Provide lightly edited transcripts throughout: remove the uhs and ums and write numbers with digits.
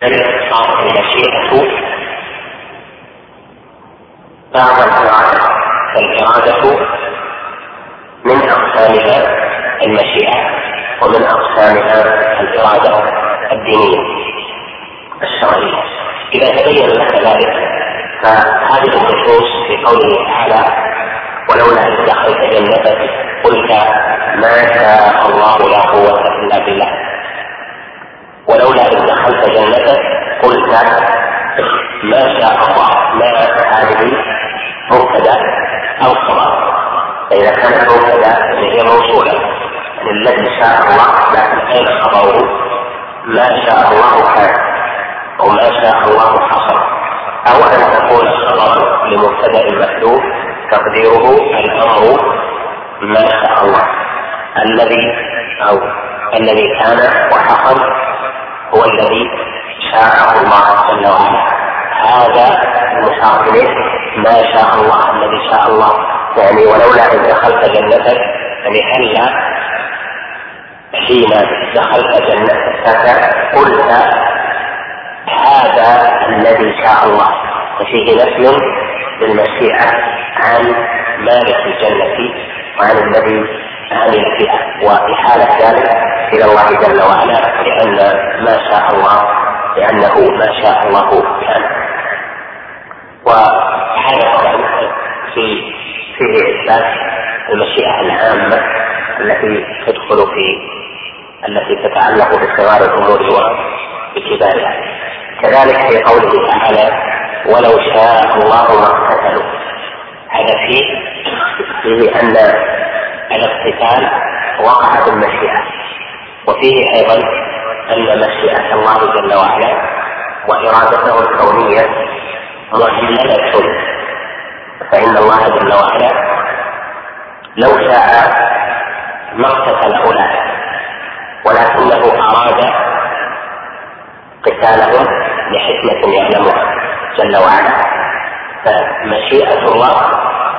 صارت المشيئة بعد الإرادة، فالإرادة من أقسامها المشيئة ومن أقسامها الإرادة الدينية الشرعية. إذا تبين لك ذلك فهذه النصوص في قوله تعالى ولولا إذ دخلت جنتك قلت ما شاء الله لا قوة إلا بالله، ولولا إذ دخلت جنتك قلت ما شاء الله، ما هذه مبتدأ أو خبر، فإذا كانت مبتدأ هي موصولة يعني الذي شاء الله، لكن أين خبره؟ ما شاء الله كان أو ما شاء الله حصل، أو أن تكون خبرا لمبتدأ محذوف تقديره الأمر ما شاء الله الذي كان وحصل هو الذي شاءه الله جل وعلا. هذا المشار إليه ما شاء الله الذي شاء الله، يعني ولولا إذ دخلت جنتك، يعني هلا حين دخلت جنتك قلت هذا الذي شاء الله، وفيه نفي بالمشيئة عن مالك الجنة وعن الذي عمل فيها، وإحالة ذلك إلى الله جل وعلا، لأن ما شاء الله لأنه ما شاء الله كان. وهذا طبعا فيه إثبات المشيئة العامة التي تتعلق بصغار الأمور وبكبارها. كذلك في قوله تعالى ولو شاء الله ما اقتتلوا، هذا فيه أن الاقتتال وقع بالمشيئة، وفيه أيضا أن مشيئة الله جل وعلا وإرادته الكونية محللة، فإن الله جل وعلا لو شاء ما اقتتل أولئك، ولكنه أراد قتالهم لحكمة يعلمها جل وعلا. فمشيئة الله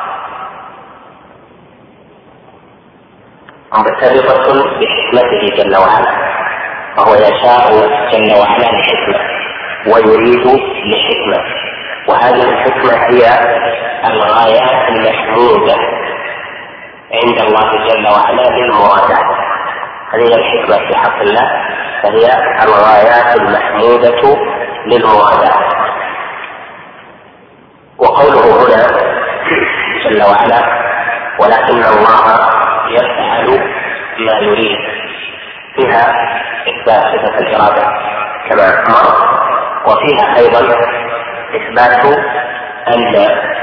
مرتبطة بحكمته جل وعلا، وهو يشاء جل وعلا لحكمة ويريد لحكمة، وهذه الحكمة هي الغايات المحمودة عند الله جل وعلا للمرادات. هذه الحكمة في حق الله فهي الغايات المحمودة للمرادات. وقوله هنا جل وعلا ولكن الله يفعل ما يريد، فيها إثبات صفة الإرادة كما مر، وفيها أيضا إثبات أن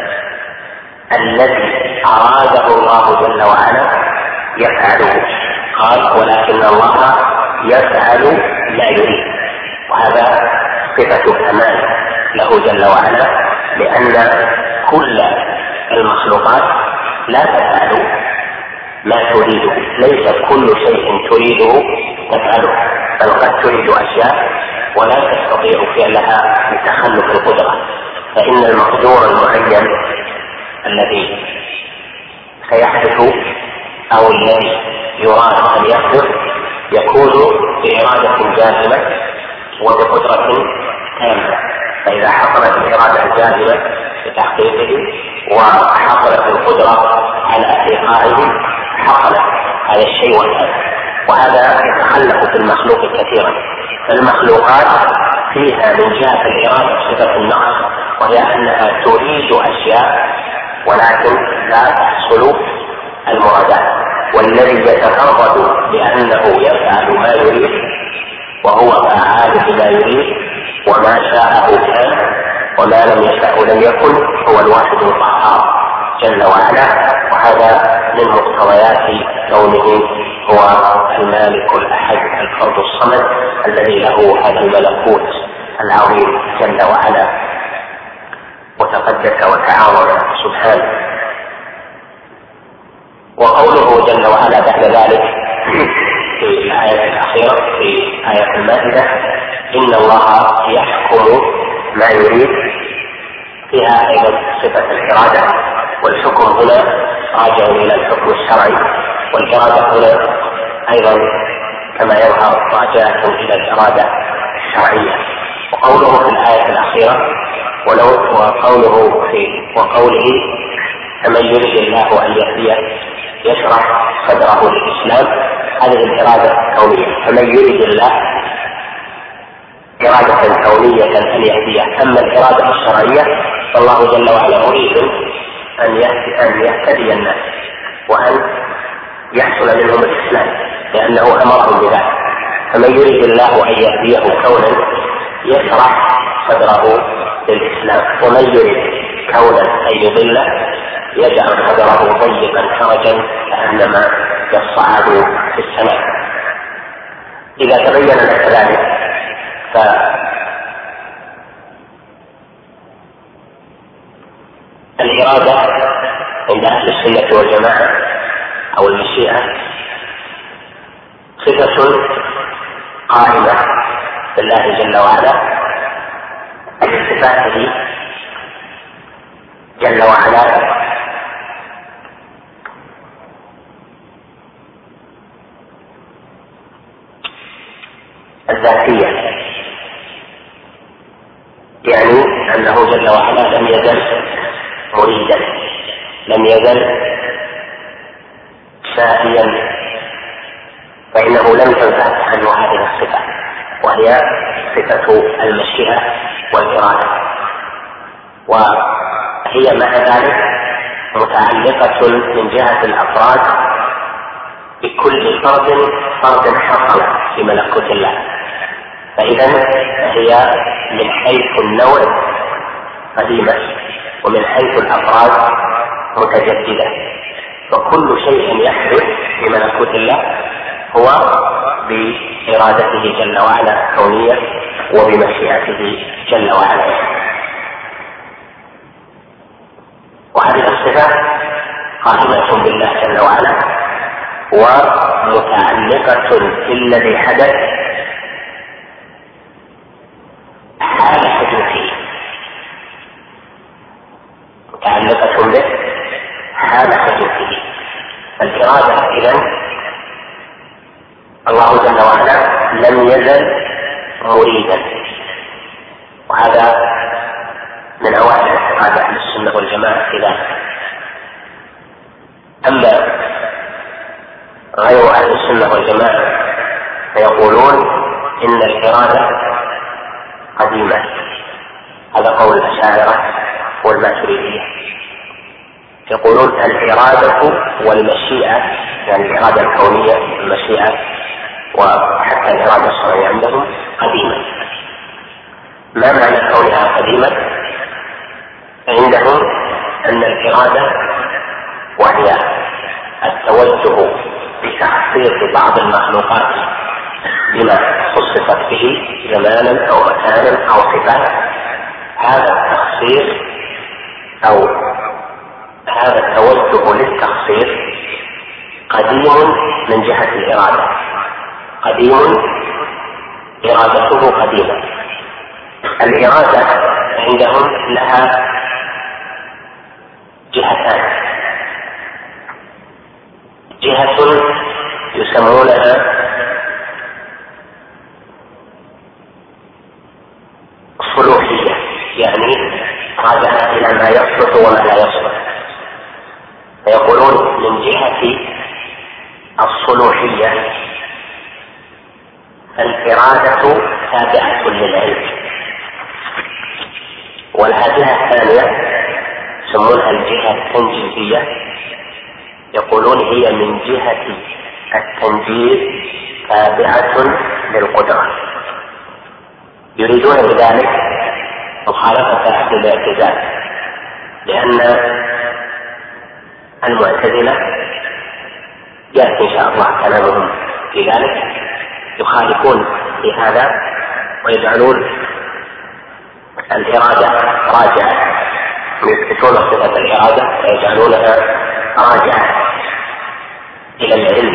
الذي أراده الله جل وعلا يفعله، قال ولكن الله يفعل ما يريد، وهذا صفة كمال له جل وعلا، لأن كل المخلوقات لا تفعل ما تريده، ليس كل شيء تريده تفعله، بل قد تريد أشياء ولا تستطيع فعلها بتخلف القدرة، فإن المقدور المعين الذي سيحدث أو الذي يراد أن يحدث يكون بإرادة جازمة وبقدرة تامة، فإذا حصلت الإرادة الجازمة بتحقيقه وحصلت القدرة على إيقاعه حصل هذا الشيء والهذا، وهذا يتخلف في المخلوق كثيرا. فالمخلوقات فيها من جهة الإرادة صفة النقص، وهي أنها تريد أشياء ولكن لا تحصل المرادات، والذي يتفرد بأنه يفعل ما يريد وهو فعال بما يريد، وما شاءه كان وما لم يشاء لم يكن، هو الواحد القهار جل وعلا. وهذا من مقتضيات كونه هو المالك الأحد الفرد الصمد الذي له هذا الملكوت العظيم جل وعلا وتقدس وتعاظم سبحانه. وقوله جل وعلا بعد ذلك في الآية الأخيرة في آية المائدة إن الله يحكم ما يريد، فيها أيضا صفة الإرادة، والحكم هنا راجع إلى الحكم الشرعي، والإرادة هنا أيضا كما يظهر راجعة إلى الإرادة الشرعية. وقوله في الآية الأخيرة وقوله فمن يريد الله أن يهديه يشرح صدره للإسلام، هذه الإرادة الكونية. فمن يريد الله إرادة كونية أن يهديه. أما الإرادة الشرعية فالله جل وعلا يريد أن يهتدي الناس وأن يحصل منهم الإسلام لأنه أمرهم بذلك. فمن يريد الله أن يهديه كونا يشرح صدره للإسلام، ومن يريد كونا أن يضله يجعل صدره ضيقا حرجا كأنما يصعد في السماء. إذا تبين لك ذلك فالإرادة عند أهل السنة والجماعة أو المشيئة صفة قائمة بالله جل وعلا بصفاته جل وعلا الذاتية، يعني أنه جل وعلا لم يزل مريدا، لم يزل سائيا، فإنه لم تنفك عنه هذه الصفة وهي صفة المشيئة والإرادة، وهي مع ذلك متعلقة من جهة الأفراد بكل فرد حصل في ملكوت الله، فإذا هي من حيث النوع قديمة ومن حيث الأفراد متجددة، فكل شيء يحدث في ملكوت الله هو بإرادته جل وعلا كونية وبمشيئته جل وعلا. وهذه الصفة قائمة بالله جل وعلا ومتعلقة بالذي حدث حال حدوثه، متعلقة به حال حدوثه. الإرادة إذن الله جل وعلا لم يزل مريدا، وهذا من أوائل اعتقاد أهل السنة والجماعة في ذلك. أما غير أهل السنة والجماعة فيقولون إن الإرادة قديمة، هذا قول الأشاعرة والماتريدية، يقولون الإرادة والمشيئة، يعني الإرادة الكونية والمشيئة وحتى الإرادة الشرعية عندهم قديمة. ما معنى كونها قديمة؟ عندهم أن الإرادة وهي التوجه بتخصيص بعض المخلوقات بما خصصت به زمانا أو مكانا أو صفات، هذا التخصيص أو هذا التوجه للتخصيص قديم من جهة الإرادة، قديم، إرادته قديمة. الإرادة عندهم لها جهتان، جهة يسمونها صلوحية، يعني راجعة إلى ما يصلح وما لا يصلح، فيقولون من جهة الصلوحية الإرادة تابعة للعلم. والجهة الثانية يسمونها الجهة التنجيزية، يقولون هي من جهة التنجيز تابعة للقدرة، يريدون بذلك مخالفة أهل الاعتزال، لأن المعتزلة يأتي إن شاء الله كلامهم في ذلك، يخالفون في هذا ويجعلون الإرادة راجعة، يثبتون صفة الإرادة ويجعلونها راجعة إلى العلم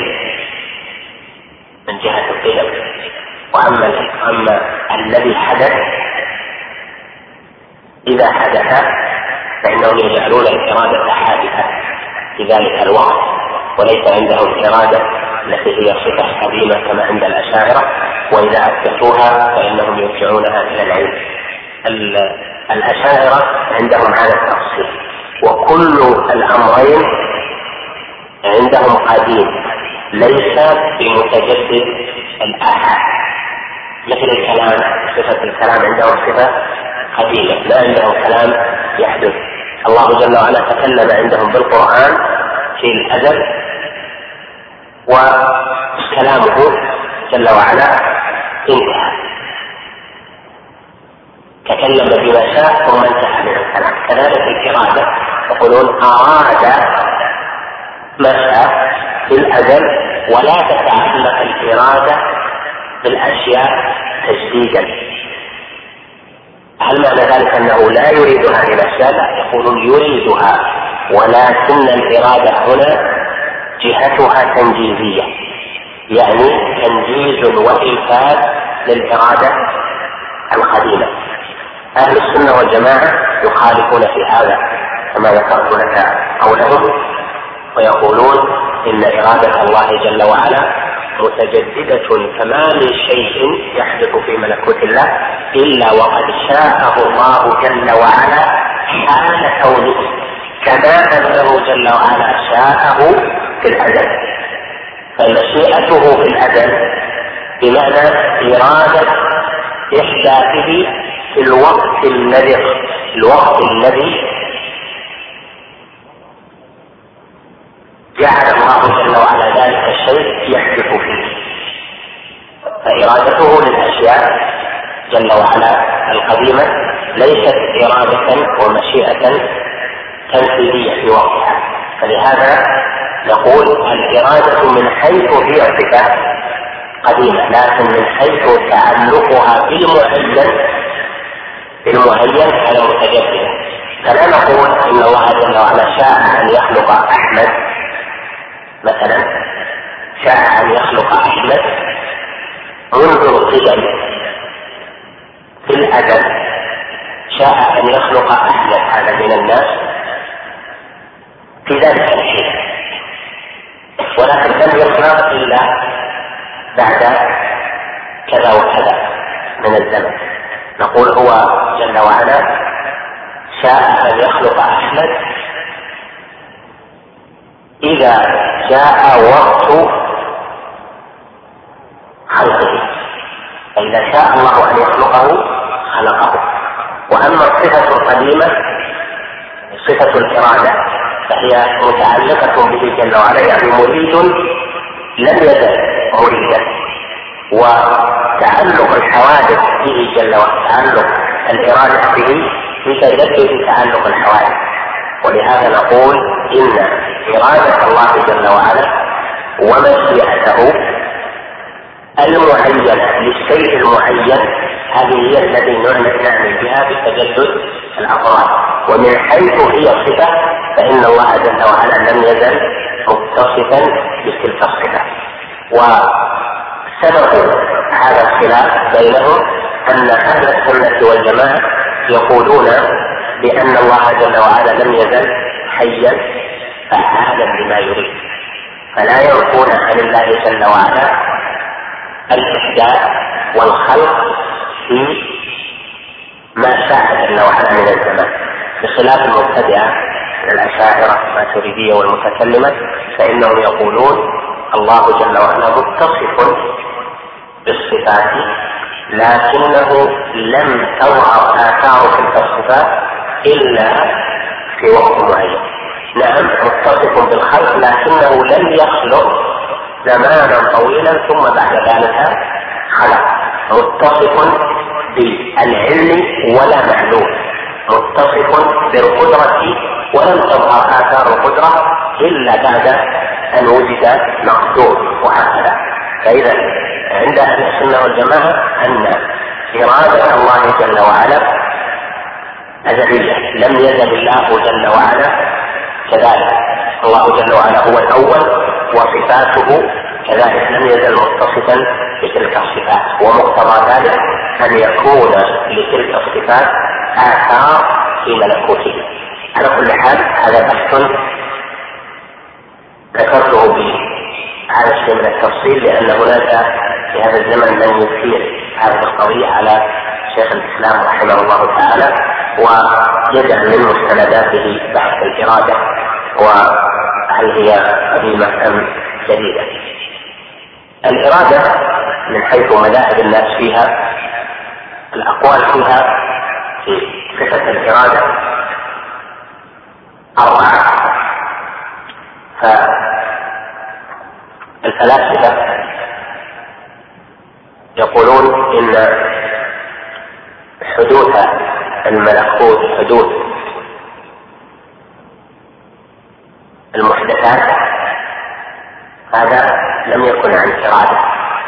من جهة القيم. وأما الذي حدث إذا حدث فإنهم يجعلون الإرادة حادثة في ذلك الوقت، وليس عندهم إرادة التي هي صفة قديمة كما عند الأشاعرة، وإذا أثبتوها فإنهم يرجعونها إلى العلم. الأشاعرة عندهم هذا التفصيل، وكل الأمرين عندهم قديم ليس بمتجدد الآحاد، مثل الكلام، صفة الكلام عندهم صفة قديمة، لا عندهم كلام يحدث. الله جل وعلا تكلم عندهم بالقرآن في الأزل، وكلامه جل وعلا انتهى، تكلم بما شاء ثم انتهى من الكلام. كذلك الإرادة، يقولون أراد ما شاء في الأزل، ولا تتعلق الإرادة بالأشياء تجديدا. هل معنى ذلك أنه لا يريدها للأشياء؟ لا، يقولون يريدها، ولكن الإرادة هنا جهتها تنجيزية، يعني تنجيز وإنفاذ للإرادة القديمة. أهل السنة والجماعة يخالفون في هذا كما ذكرت لك قولهم، ويقولون إن إرادة الله جل وعلا متجددة، فما من شيء يحدث في ملكوت الله إلا وقد شاءه الله جل وعلا حال كونه، كما أنه جل وعلا شاءه في الأزل. فمشيئته في الأزل بمعنى إرادة إحداثه في الوقت الذي جعل الله جل وعلا ذلك الشيء يحدث فيه. فإرادته للأشياء جل وعلا القديمة ليست إرادة ومشيئة تنفيذية في وقتها. فلهذا نقول الإرادة من حيث هي صفة قديمة، لكن من حيث تعلقها بالمعين على متجدد. فلا نقول إن الله جل وعلا شاء أن يخلق أحمد مثلا، شاء أن يخلق أحمد منذ القدم في الأزل، شاء أن يخلق أحمد هذا من الناس في ذلك الحين، ولكن لم يخلق إلا بعد كذا وكذا من الزمن. نقول هو جل وعلا شاء أن يخلق أحمد إذا جاء وقت خلقه، فإذا شاء الله أن يخلقه خلقه. وأما الصفة القديمة صفة الإرادة فهي متعلقة به جل وعلا، يعني مريد لم يزل مريدا، وتعلق الحوادث به جل وعلا، تعلق الإرادة به يتجدد تعلق الحوادث. ولهذا نقول إن إرادة الله جل وعلا ومشيئته المعينة للشيء المعين هذه هي التي نعني بها بتجدد الأفراد. ومن حيث هي صفة فإن الله جل وعلا لم يزل متصفا بتلك الصفة. وسبب هذا الخلاف بينهم أن أهل السنة والجماعة يقولون بأن الله جل وعلا لم يزل حيا فعالا بما يريد، فلا ينفون عن الله جل وعلا الإحداث والخلق في ما شاء جل وعلا من الزمان، بخلاف المبتدعة الأشاعرة الماتريدية والمتكلمة، فإنهم يقولون الله جل وعلا متصف بالصفات لكنه لم تظهر آثار تلك الصفات إلا في وقت معين. نعم متصف بالخلق لكنه لم يخلق زمانا طويلا ثم بعد ذلك خلق. متصف بالعلم ولا معلوم، متصف بالقدرة ولم تظهر آثار القدرة إلا بعد أن وجد مقدور، وهكذا. فإذا عند أهل السنة والجماعة أن إرادة الله جل وعلا أزلية، لم يزل الله جل وعلا كذلك. الله جل وعلا هو الأول وصفاته كذلك لم يزل متصفا بتلك الصفات، ومقتضى ذلك أن يكون لتلك الصفات آثار في ملكوته. على كل حال هذا بحث ذكرته بهذا الشيء من التفصيل، لأن هناك في هذا الزمن من يثير هذه القضية على شيخ الإسلام رحمه الله تعالى ويجعل من مستنداته بحث الإرادة وهل هي قديمة أم جديدة. الإرادة من حيث مذاهب الناس فيها الأقوال فيها في صفة الإرادة 4. فالفلاسفة يقولون إن حدوث الملكوت حدوث المحدثات هذا لم يكن عن إرادة،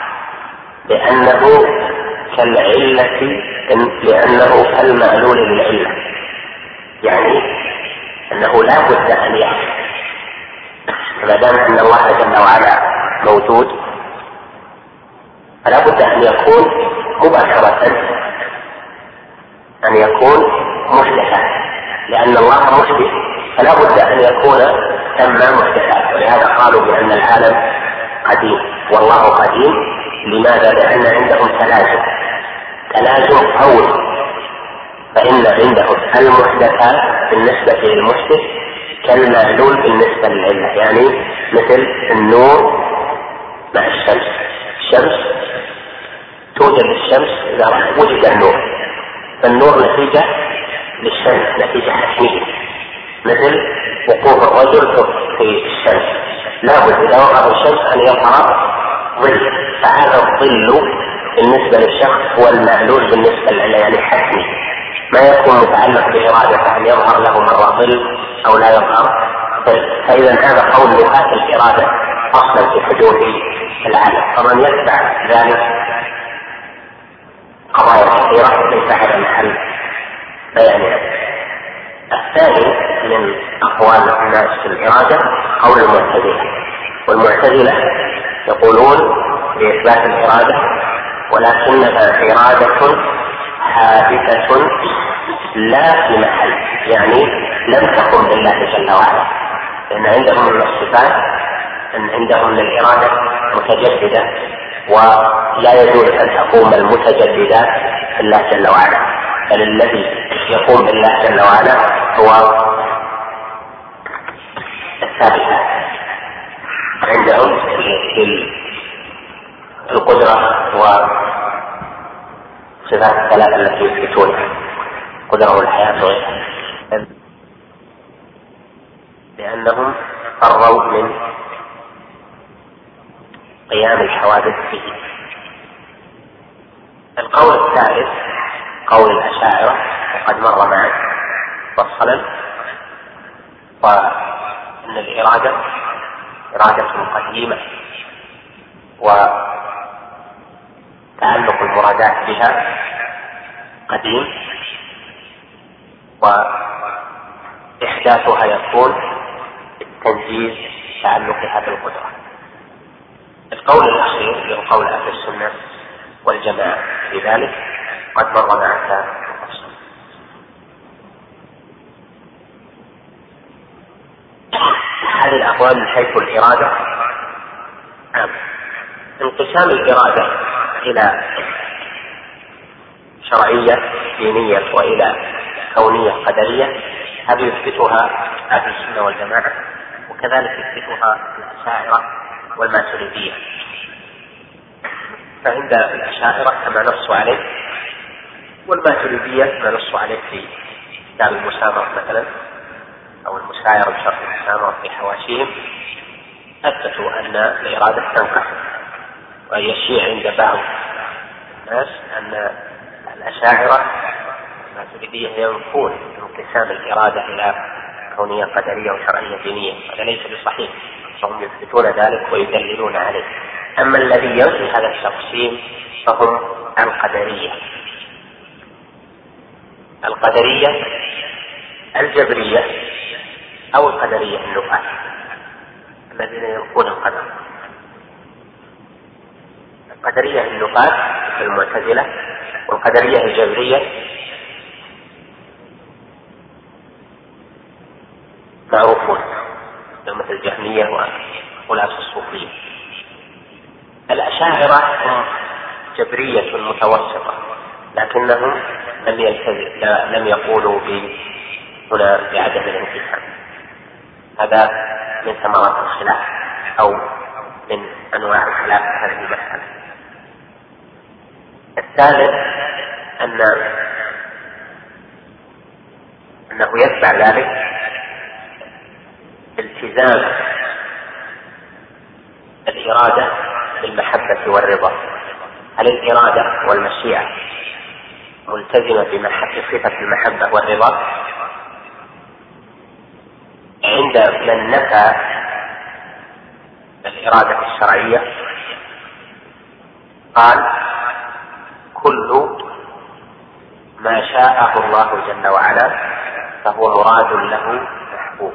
لأنه كالعلة، لأنه كالمعلول للعلة، يعني أنه لا بد أن يحدث. ما دام أن الله جل وعلا موجود فلا بد أن يكون مباشرة أن يكون محدثا، لأن الله محدث فلا بد أن يكون ثم محدثات. ولهذا قالوا بأن العالم قديم والله قديم. لماذا؟ لأن عندهم تلازم قوي، فإن عندهم المحدثات بالنسبة للمحدث كالمعلول بالنسبة للعلة، يعني مثل النور مع الشمس. الشمس توجد الشمس إذا وجد النور، فالنور نتيجة للشمس، نتيجة حتمية، مثل وقوف الرجل في الشمس لابد إذا وقف الشمس أن يظهر ظل، فهذا الظل بالنسبة للشخص هو المعلول بالنسبة للعلة، يعني حتمي، ما يكون متعلق بإرادة أن يظهر له مرة ظل أو لا يظهر ظل. فإذا هذا قول نفاة الإرادة أصلا في حدوث العالم، فمن يتبع ذلك قضايا كثيرة ليس هذا محل بيانها. الثاني من أقوال الناس في الإرادة قول المعتزلة، والمعتزلة يقولون بإثبات الإرادة ولكنها إرادة حادثة لا في محل، يعني لم تكن لله جل وعلا، لأن عندهم من الصفات أن عندهم للإرادة متجددة ولا يجوز أن تقوم المتجددات بالله جل وعلا، بل الذي يقوم بالله جل وعلا هو الثابت عندهم في القدرة وصفات الثلاثة التي يثبتونها، القدرة والحياة وغيرها، لأنهم فروا من قيام الحوادث به. القول الثالث قول الأشاعرة وقد مر معنا مفصلا، وأن الإرادة إرادة قديمة وتعلق المرادات بها قديم، وإحداثها يكون بالتنجيز تعلقها بالقدرة. القول الأخير هو قول أهل السنة والجماعة في ذلك قد مر معك مفصلا. هذه الأقوال من حيث الإرادة عام. انقسام الإرادة إلى شرعية دينية وإلى كونية قدرية هذه يثبتها أهل السنة والجماعة، وكذلك يثبتها الأشاعرة والماتريدية. فعند الأشاعرة كما نصوا عليه، والماتريدية ما نصوا عليه في كتاب المسامر مثلا أو المسايرة بشرط المسامر في حواشيهم، أثبتوا أن الإرادة تنقسم. وهي الشيء عند بعض الناس أن الأشاعرة الماتريدية ينفون انقسام الإرادة إلى كونية قدرية وشرعية دينية، هذا ليس بصحيح، فهم يثبتون ذلك ويدللون عليه. أما الذي ينفي هذا التقسيم فهم القدرية الجبرية أو القدرية النفاة الذين ينفون القدر. القدرية النفاة المعتزلة، والقدرية الجبرية معروفون مثل الجهمية وغلاة الصوفية. الأشاعرة هم جبرية متوسطة، لكنهم لم يقولوا هنا بعدم الانقسام. هذا من ثمرات الخلاف أو من أنواع الخلاف في هذه المسألة. الثالث أنه يتبع ذلك التزام الإرادة بالمحبة والرضا. هل الإرادة والمشيئة ملتزمة بصفة المحبة والرضا؟ عند من نفى الإرادة الشرعية قال كل ما شاءه الله جل وعلا فهو مراد له محبوب،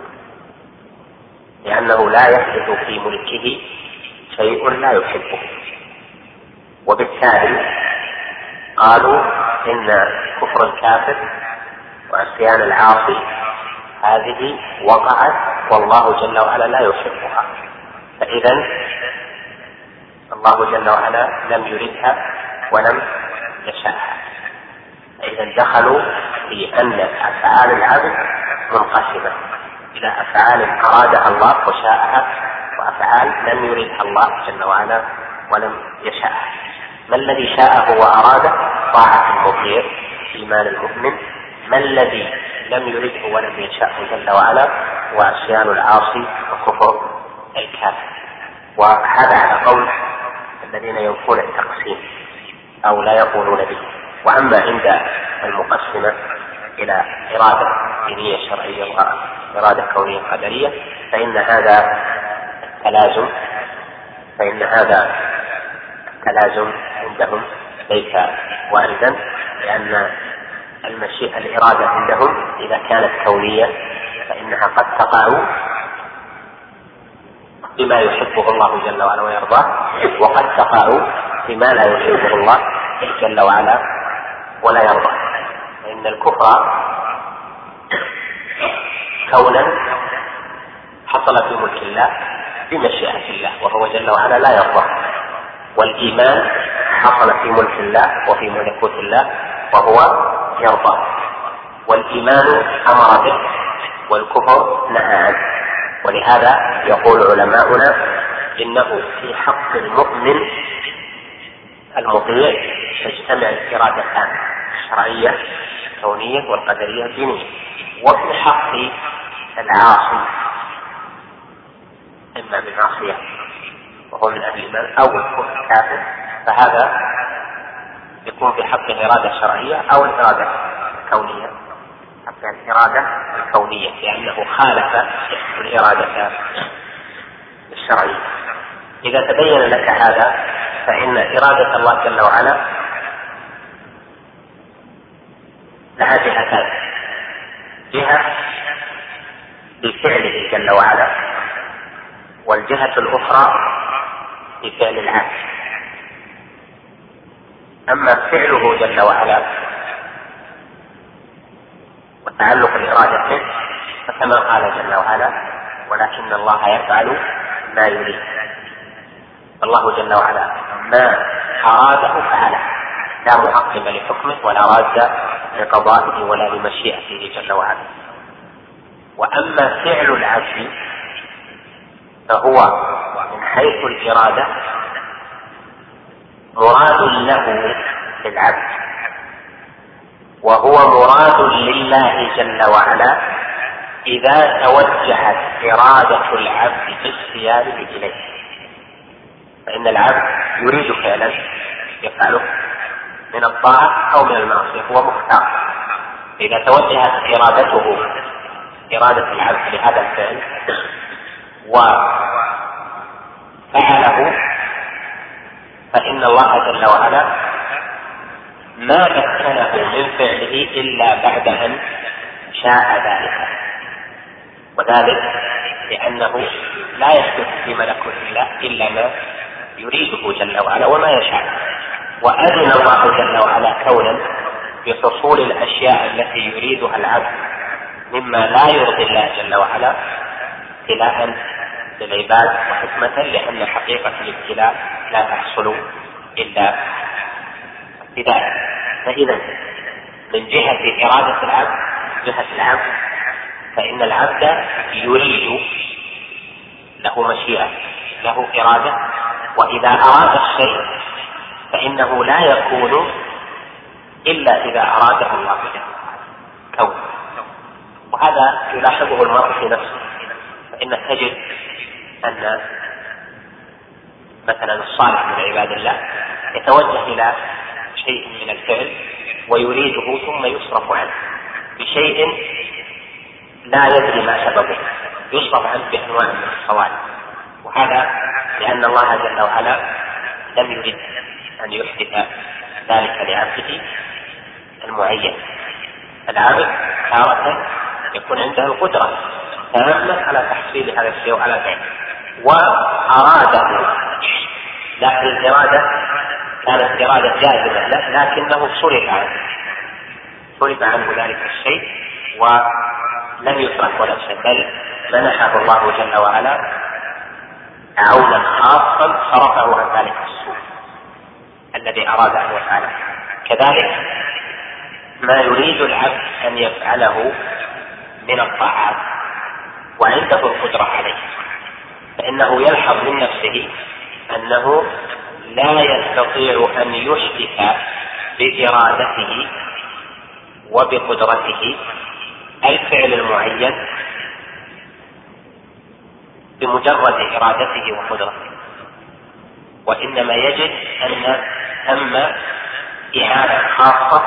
لأنه لا يحدث في ملكه شيء لا يحبه. وبالتالي قالوا إن كفر الكافر وعصيان العاصي هذه وقعت والله جل وعلا لا يحبها، فإذا الله جل وعلا لم يردها ولم يشاءها، فإذا دخلوا في أن أفعال العبد منقسمة إلى أفعال أرادها الله وشاءها، وأفعال لم يردها الله جل وعلا ولم يشاءها. ما الذي شاءه وأراده؟ طاعة المطيع، إيمان المؤمن. ما الذي لم يرده ولم يشاءه جل وعلا؟ وعصيان العاصي وكفر الكافر. وهذا على قول الذين ينفون التقسيم أو لا يقولون به. وأما عند المقسمة إلى إرادة دينية شرعية وإرادة كونية قدرية فإن هذا التلازم عندهم ليس واردا، لأن الإرادة عندهم إذا كانت كونية فإنها قد تقع بما يحبه الله جل وعلا ويرضاه، وقد تقع بما لا يحبه الله جل وعلا ولا يرضاه. فإن الكفر كونا حصل في ملك الله بمشيئة الله وهو جل وعلا لا يرضى، والإيمان حصل في ملك الله وفي ملكوت الله وهو يرضى، والإيمان أمر به والكفر نهى عنه. ولهذا يقول علماؤنا إنه في حق المؤمن المطيع تجتمع الإرادتان الشرعية الكونية والقدرية الدينية، وفي حق العاصي إما بالمعصية وهو من أهل الإيمان أو الكفر كافر، فهذا يكون في حق الإرادة الشرعية أو الإرادة الكونية، حتى الإرادة الكونية لأنه خالف الإرادة الشرعية. إذا تبين لك هذا فإن إرادة الله جل وعلا لها جهتان: جهة بفعله جل وعلا، والجهة الأخرى بفعل العبد. أما فعله جل وعلا وتعلق الإرادة به فكما قال جل وعلا: ولكن الله يفعل ما يريد. الله جل وعلا ما أراده فعله، لا معقب لحكمه ولا راد لقضائه ولا لمشيئته جل وعلا. وأما فعل العبد فهو من حيث الإرادة مراد له للعبد، وهو مراد لله جل وعلا إذا توجهت إرادة العبد باختياره إليه. فإن العبد يريد فعلا يفعله من الطاعة أو من المعصية، هو مختار. إذا توجهت إرادة العبد لهذا الفعل وفعله فإن الله جل وعلا ما مكنه من فعله إلا بعد أن شاء ذلك، وذلك لأنه لا يحدث في ملكوت الله إلا ما يريده جل وعلا وما يشاء. وأذن الله جل وعلا كونا بحصول الأشياء التي يريدها العبد مما لا يرضي الله جل وعلا ابتلاء للعباد وحكمة، لأن حقيقة الابتلاء لا تحصل إلا بذلك. فإذا من جهة إرادة العبد، جهة العبد، فإن العبد يريد، له مشيئة، له إرادة، وإذا أراد الشيء فإنه لا يكون إلا إذا أراده الله كونه. وهذا يلاحظه المرء في نفسه، فإنك تجد أن مثلا الصالح من عباد الله يتوجه إلى شيء من الفعل ويريده ثم يصرف عنه بشيء لا يدري ما سببه، يصرف عنه بأنواع من الصوالح. وهذا لأن الله جل وعلا لم يرد أن يحدث ذلك لعبده المعين. العبد تارة يكون عنده القدرة تامة على تحصيل هذا الشيء وعلى فعله وأراده، لكن الإرادة كانت إرادة جازمة لكنه صرف عنه ذلك الشيء ولم يترك ولا شيء، بل منحه الله جل وعلا عونا خاصا صرفه عن ذلك السوء الذي أراد أن يفعله. كذلك ما يريد العبد أن يفعله من الطاعات وعنده القدرة عليه، فإنه يلحظ من نفسه أنه لا يستطيع أن يحدث بإرادته وبقدرته الفعل المعين بمجرد إرادته وقدرته، وإنما يجد أن ثم إعانة خاصة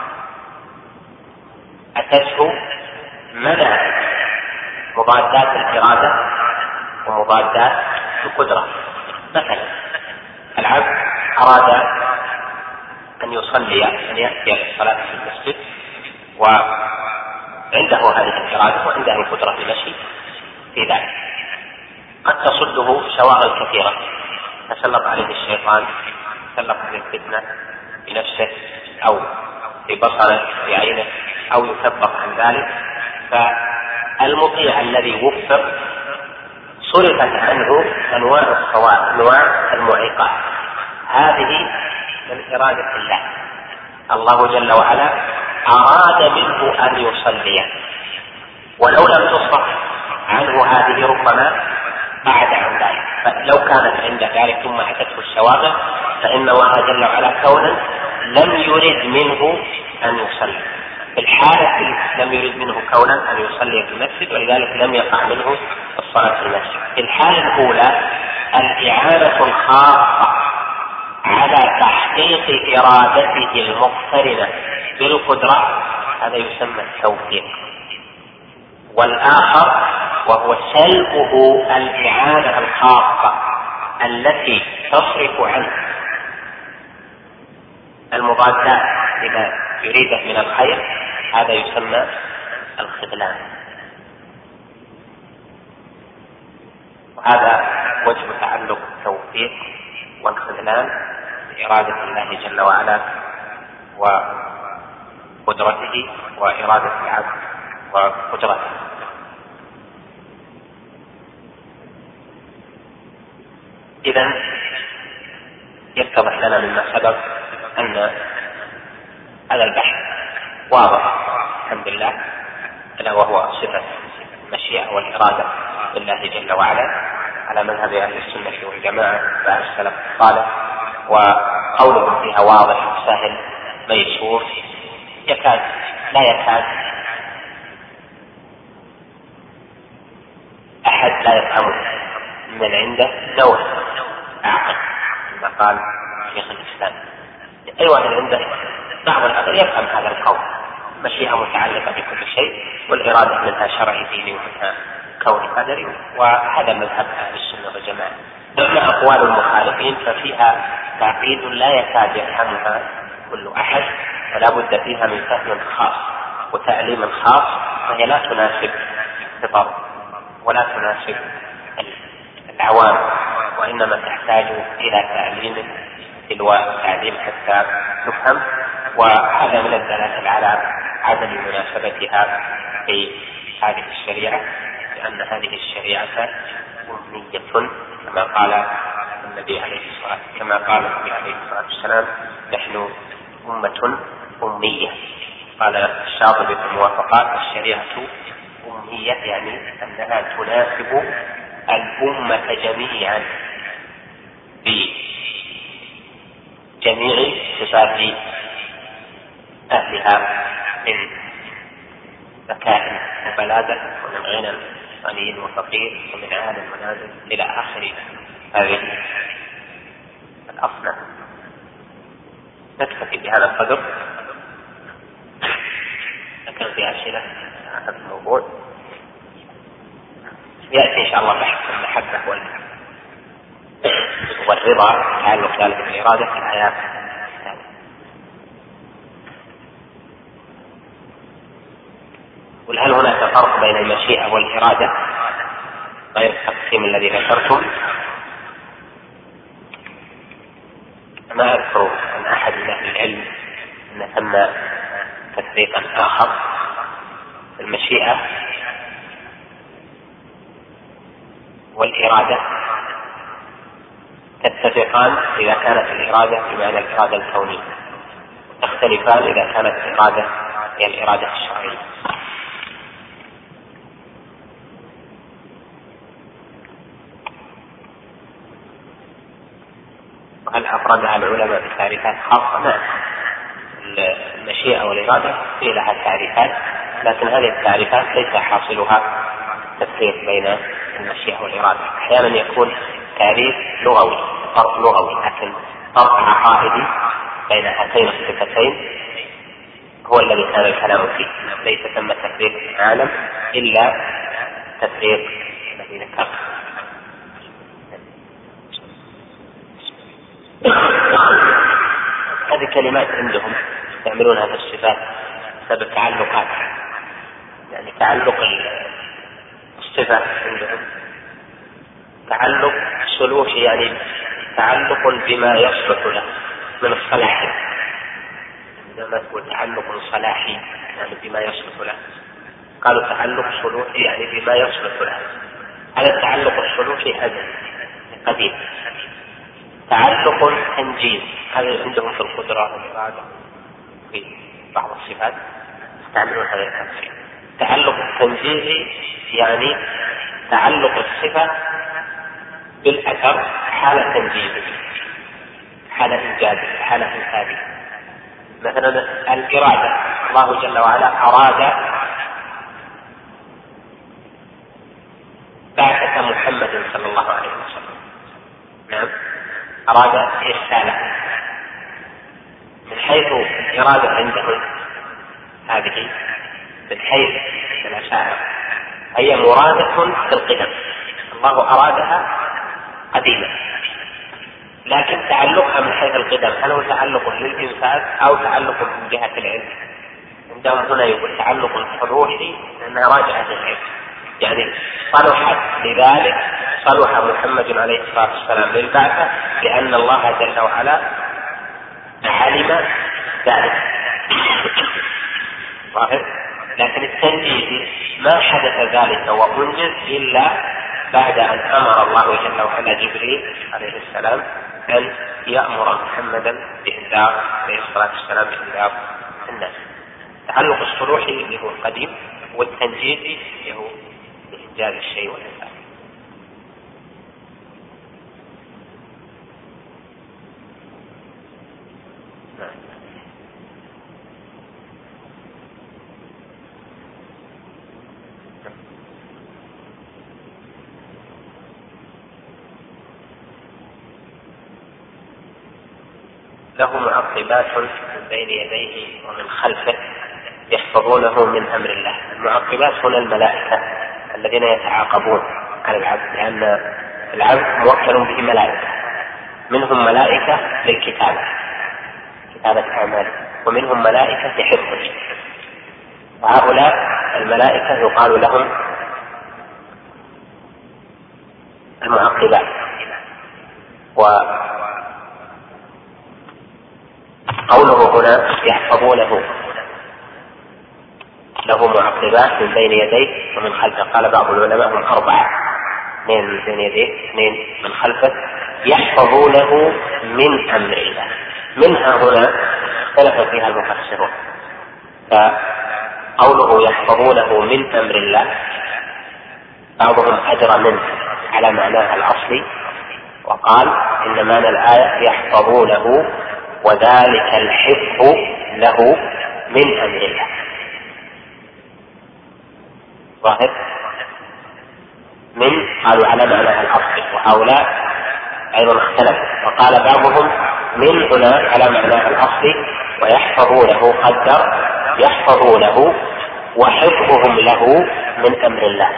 أتته منع مضادات الإرادة ومضادات القدرة. مثلا العبد أراد أن يصلي، أن يأتي الصلاة في المسجد وعنده هذه الإرادة وعنده القدرة في المشي في ذلك، قد تصده شواغل كثيرة، تسلط عليه الشيطان، تسلط عليه الفتنة بنفسه أو في بصره في عينه أو يثبط عن ذلك. فالمطيع الذي وفق صرفت عنه أنواع الصواب، أنواع المعيقات. هذه من إرادة الله جل وعلا أراد منه أن يصلي، ولو لم تصرف عنه هذه ربما بعد عن ذلك، فلو كانت عند ذلك ثم أتته الشواغل فإن الله جل وعلا كونا لم يرد منه أن يصلي. في الحالة لم يرد منه كونا أن يصلي في المسجد، ولذلك لم يقع منه الصلاة في المسجد. في الحالة الأولى الإعانة الخاصة على تحقيق إرادته المقترنة بالقدرة، هذا يسمى التوفيق. والآخر وهو سلبه الإعانة الخاصة التي تصرف عنه المضادات لما يريده من الخير، هذا يسمى الخذلان. وهذا وجه تعلق التوفيق والخذلان بإرادة الله جل وعلا وقدرته وإرادة العبد وقدرته. إذن يتضح لنا مما سبق أن هذا البحث واضح الحمد لله، ألا وهو صفة المشيئة والإرادة لله جل وعلا على مذهب أهل السنة والجماعة والسلف الصالح، وقوله فيها واضح سهل ميسور، لا يكاد أحد لا يفهمه من عنده نوع عقل كما قال شيخ الإسلام. أي واحد عنده بعض العقل يفهم هذا القول، مشيئة متعلقة بكل شيء، والإرادة منها شرعي ديني ومنها كوني قدري، وهذا مذهب أهل السنة والجماعة. أما أقوال المخالفين ففيها تعقيد لا يكاد يفهمها كل أحد، ولا بد فيها من فهم خاص وتعليم خاص، فهي لا تناسب الفطر ولا تناسب العوام، وإنما تحتاج إلى تعليم تلو تعليم حتى تفهم. وهذا من الدلالة على عدم مناسبتها في هذه الشريعة، بأن هذه الشريعة أمية كما قال النبي عليه الصلاة والسلام: نحن أمة أمية. قال الشاطبي في الموافقات: الشريعة أمية يعني أنها تناسب الأمة جميعا بجميع صفات أهلها من ذكاء وبلاغة ومن غنى غني وفقير ومن عالم ونازل إلى آخر هذه الأصناف. نكتفي بهذا القدر. لكن في أسئلة عن هذا الموضوع يأتي إن شاء الله بحث المحبة والرضا تعلق ذلك بالإرادة في الآيات. هل هناك فرق بين المشيئة والإرادة غير التقسيم الذي ذكرتم؟ ما أذكر عن أحد من أهل العلم أن ثم تفريقا آخر. المشيئة والإرادة تتفقان إذا كانت الإرادة بمعنى الإرادة الكونية، تختلفان إذا كانت الإرادة هي الإرادة الشرعية. هل أفردها العلماء بتعريفات خاصة؟ نعم، المشيئة والإرادة هي لها تعريفات، لكن هذه التعريفات ليس حاصلها تفريق بين المشيئة والإرادة. أحيانا يكون تعريف لغوي، فرق لغوي، لكن فرق عقائدي بين هاتين الصفتين هو الذي كان الكلام فيه. ليس ثم تفريق عالم إلا تفريق الذي ذكرت. هذه كلمات عندهم يستعملونها في الصفات بسبب التعلقات، يعني تعلق الصفة عندهم تعلق سلوكي، يعني تعلق بما يصلح له من الصلاح. عندما تقول تعلق صلاحي يعني بما يصلح له، قالوا تعلق سلوكي يعني بما يصلح له. هذا التعلق السلوكي أزلي قديم. تعلق تنجيز هذا عندهم في القدرة والإرادة في بعض الصفات يستعملون هذا التفسير. تعلق التنجيزي يعني تعلق الصفة بالأثر حالة تنجيزه، حالة إنجازه، حالة إنتاجه. مثلا الإرادة، الله جل وعلا أراد بعثة محمد صلى الله عليه وسلم. نعم، أراد إرساله. من حيث الإرادة عندهم هذه من حيث الأشاعرة هي مرادة في القدم، الله أرادها قديما، لكن تعلقها من حيث القدم هل هو تعلق للإنفاذ أو تعلق من جهة العلم؟ عندهم هنا يقول تعلق روحي لأنها راجعة للعلم، يعني صلحت لذلك صلح محمد عليه الصلاة والسلام للبعثة لأن الله جل وعلا علم ذلك. لكن التنجيز ما حدث ذلك وأنجز إلا بعد أن أمر الله جل وعلا جبريل عليه السلام أن يأمر محمدا بإنذار عليه الصلاة والسلام بإنذار الناس. تعلق الصلوحي اللي هو القديم، والتنجيزي اللي هو إنجاز الشيء والإنفاذ. له معقبات من بين يديه ومن خلفه يحفظونه من أمر الله. المعقبات هنا الملائكة الذين يتعاقبون على العبد، لأن العبد موكل به ملائكة، منهم ملائكة للكتابة، كتابة أعماله، ومنهم ملائكة لحفظه. وهؤلاء الملائكة يقال لهم المعقبات. وقوله هنا يحفظونه له معقبات من بين يديه ومن خلفه. قال بعض العلماء هم 4، 2 من بين يديه 2 من خلفه يحفظونه من أمر الله. منها هنا اختلف فيها المفسرون، فقوله يحفظونه من أمر الله بعضهم أجرى منه على معناها الأصلي وقال إن معنى الآية يحفظونه وذلك الحفظ له من أمر الله. ظاهر من قالوا على معناها الأصلي، وهؤلاء أيضا اختلفوا وقال بعضهم من هنا على معناها الأصلي ويحفظونه قدر يحفظونه وحفظهم له من أمر الله.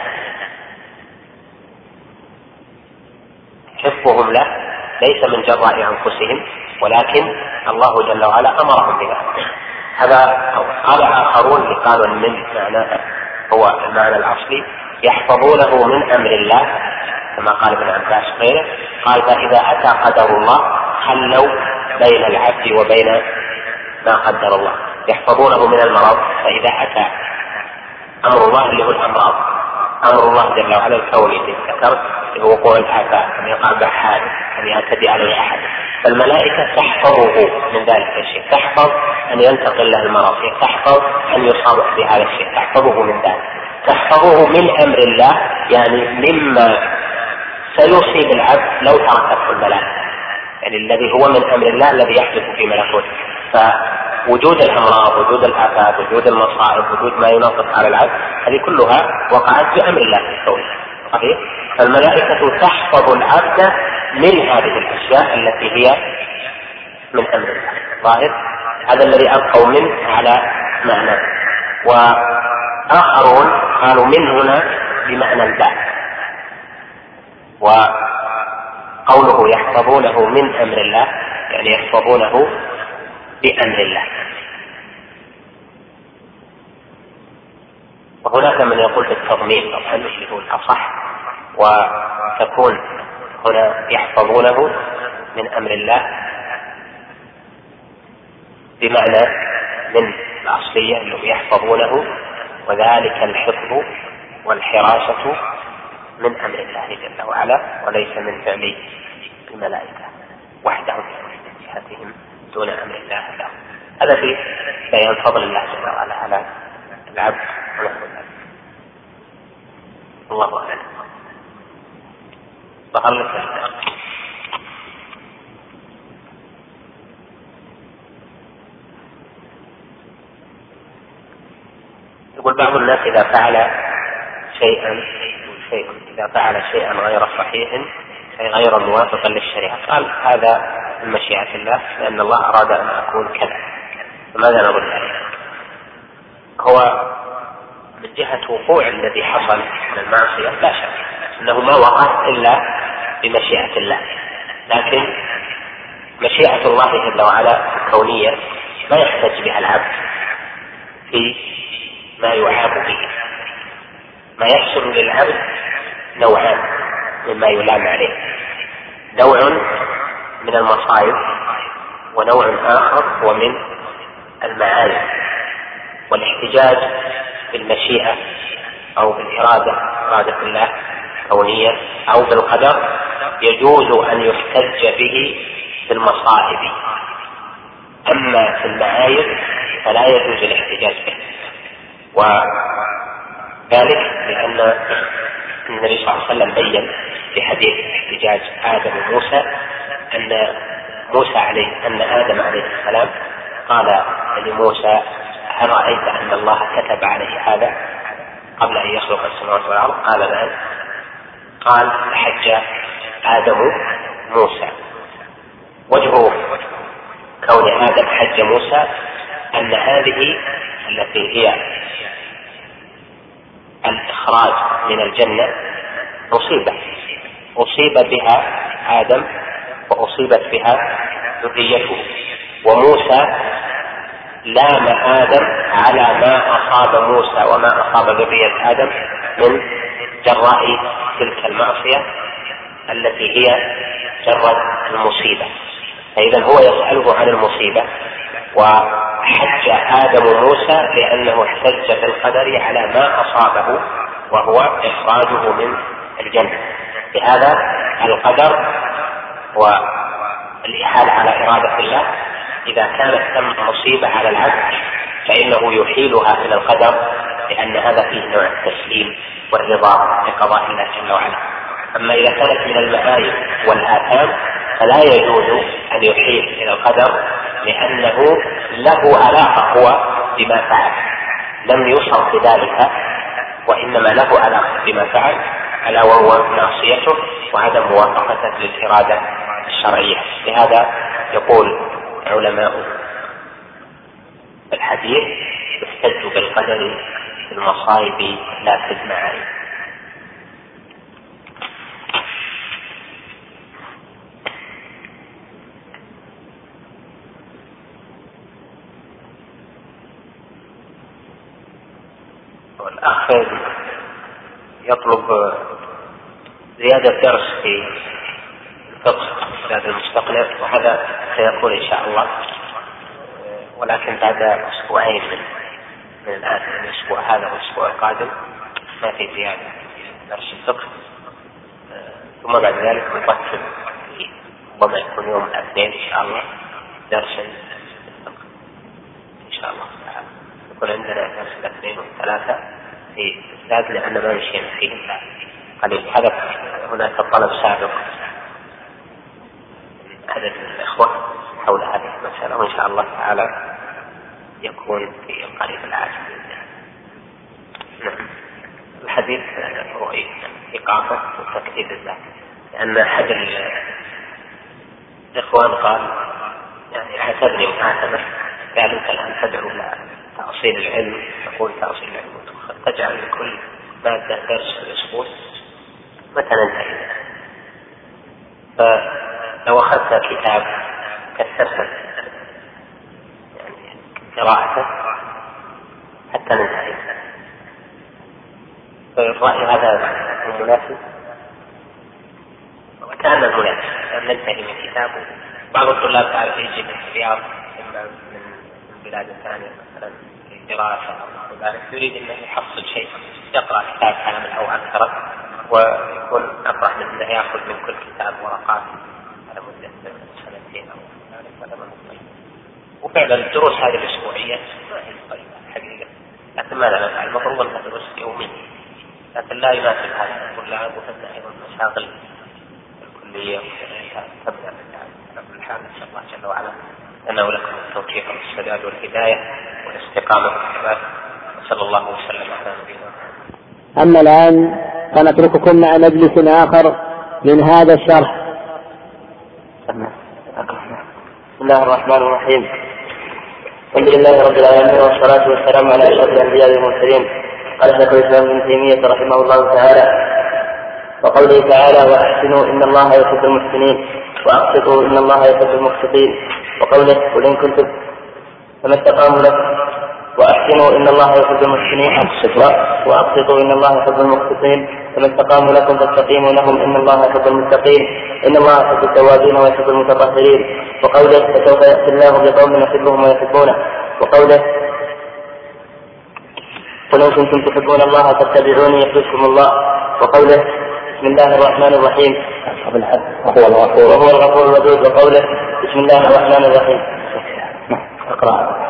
حفظهم له ليس من جراء أنفسهم ولكن الله جل وعلا أمرهم بذلك. هذا قال آخرون قالوا من معناه هو المعنى الأصلي يحفظونه من أمر الله كما قال ابن عباس غيره، قال فإذا أتى قدر الله خلوا بين العبد وبين ما قدر الله. يحفظونه من المرض، فإذا أتى أمر الله اللي هو الأمراض، أمر الله جل وعلا الكوني الذي ذكرت وقوع الآفات أن يقع بحادث أن يعتدي عليه أحد، فالملائكة تحفظه من ذلك الشيء، تحفظ أن ينتقل له المرض، تحفظ أن يصاب بهذا الشيء، تحفظه من ذلك. تحفظه من أمر الله يعني مما سيصيب العبد لو تركته الملائكة، يعني الذي هو من أمر الله الذي يحدث في ملكوته. فوجود الأمراض، وجود الآفات، وجود المصائب، وجود ما ينطق على العبد، هذه كلها وقعت بأمر الله في الكون. صحيح؟ فالملائكة تحفظ العبد من هذه الأشياء التي هي من أمر الله. ظاهر؟ هذا الذي أبقوا منه على معنى. وآخرون قالوا من هنا بمعنى الباء، وقوله يحفظونه من أمر الله يعني يحفظونه بأمر الله. وهناك من يقول بالتضمين طبعا اللي هو الأصح، وتكون هنا يحفظونه من أمر الله بمعنى من الأصلية اللي يحفظونه وذلك الحفظ والحراسة من أمر الله جل وعلا وليس من فعل الملائكة وحدهم في جهتهم دون أمر الله لهم. هذا في بيان فضل الله جل وعلا على العبد ونحو ذلك. الله أعلم. ظهر لك يقول بعض الناس إذا فعل شيئا غير صحيح أي غير موافقا للشريعة قال هذا من مشيئة الله لأن الله أراد أن أكون كذا، فماذا نقول عليه؟ هو من جهة وقوع الذي حصل من المعصية لا شك أنه ما وقع إلا بمشيئة الله، لكن مشيئة الله جل وعلا الكونية ما يحتج بها العبد في ما يعاب به. ما يحصل للعبد نوعان مما يلام عليه، نوع من المصائب ونوع آخر هو من المعايب. والاحتجاج بالمشيئة أو بالإرادة، إرادة الله كونية أو بالقدر، يجوز أن يحتج به في المصائب، أما في المعايب فلا يجوز الاحتجاج به. وذلك لأن النبي صلى الله عليه وسلم بين في حديث احتجاج آدم وموسى أن آدم عليه السلام قال لموسى هل رأيت أن الله كتب عليه هذا قبل أن يخلق السماوات والأرض؟ قال نعم. قال حج آدم موسى. وجه كون آدم حج موسى أن هذه التي هي الإخراج من الجنة أصيب بها آدم وأصيبت بها ذريته، وموسى لام آدم على ما أصاب موسى وما أصاب ذرية آدم من جراء تلك المعصية التي هي جرت المصيبة. فإذا هو يسأله عن المصيبة وحج آدم موسى لأنه احتج بالقدر على ما أصابه وهو إخراجه من الجنة. لهذا القدر والإحالة على إرادة الله إذا كانت ثم مصيبة على العبد فإنه يحيلها إلى القدر، لأن هذا فيه نوع التسليم والرضا بقضاء الله جل وعلا. أما إذا كانت من المعايب والآثام فلا يجوز أن يحيل إلى القدر، لأنه له علاقة هو بما فعل، لم يصر بذلك وإنما له علاقة بما فعل، ألا وهو معصيته وعدم موافقته للإرادة الشرعية. لهذا يقول علماء الحديث يحتج بالقدر في المصائب لا في المعايب. والأخ يطلب زيادة درس في الفقه زاد المستقنع، وهذا سيكون إن شاء الله، ولكن بعد أسبوعين من الآن، من الأسبوع هذا والأسبوع القادم ما في زيادة درس الفقه، ثم بعد ذلك نقسم ربما يكون يوم الاثنين إن شاء الله درس الفقه إن شاء الله تعالى. يكون عندنا درس الاثنين والثلاثة في الزاد لأن ما مشينا فيه قليل. هذا هناك طلب سابق عدد من الإخوة حول هذه المسألة، وإن شاء الله تعالى يكون في القريب العاجل. نعم. الحديث هو إقامة وتكتيب الذات، لأن أحد الإخوان قال يعني اعتبرني محاسبة، قال أنت الآن تدعو إلى تأصيل العلم، تقول تأصيل العلم تجعل لكل مادة درس في الأسبوع، متى ننتهي؟ فلو أخذت كتاب كثرت يعني قراءته حتى ننتهي. فالرأي هذا مناسب، وكان مناسب أن ننتهي من كتابه. بعض الطلاب تعرف يجي من الرياض إما من بلاد ثانية مثلا دراسة أو ذلك، يريد أنه يحصل شيء، يقرأ كتاب كامل أو أكثر، ويكون أفضل من أنه يأخذ من كل كتاب ورقات على مدة سنتين أو ذلك، هذا ما هو طيب. وفعلا الدروس هذه الأسبوعية ما هي طيبة الحقيقة، لكن ماذا نفعل؟ المفروض أنها دروس يومية، لكن لا يناسب هذا الطلاب، وتبدأ أيضا مشاغل الكلية تبدأ على كل حال. نسأل الله جل وعلا لنا ولكم التوفيق والسداد والهداية والاستقامة والثبات، وصلى الله وسلم على نبينا محمد. أما الآن فنترككم مع مجلس آخر من هذا الشرح. بسم الله الرحمن الرحيم. الحمد لله رب العالمين، والصلاة والسلام على أشرف الأنبياء والمرسلين. قال شيخ الإسلام ابن تيمية رحمه الله تعالى: وقوله تعالى: وأحسنوا إن الله يحب المحسنين وأقسطوا إن الله يحب المقسطين. وقوله: قل إن كنتم فما استقاموا لكم وأحسنوا إن الله يحب المحسنين وأقسطوا إن الله يحب المقسطين. فما استقاموا لكم فاستقيموا لهم إن الله يحب المتقين إن الله يحب التوابين ويحب المتطهرين. وقوله: فسوف يأتي الله بقوم يحبهم ويحبونه. وقوله: قل إن كنتم تحبون الله فاتبعوني يحببكم الله. وقوله: بسم الله الرحمن الرحيم وهو الغفور الودود. وقوله: بسم الله الرحمن الرحيم. اقرأ.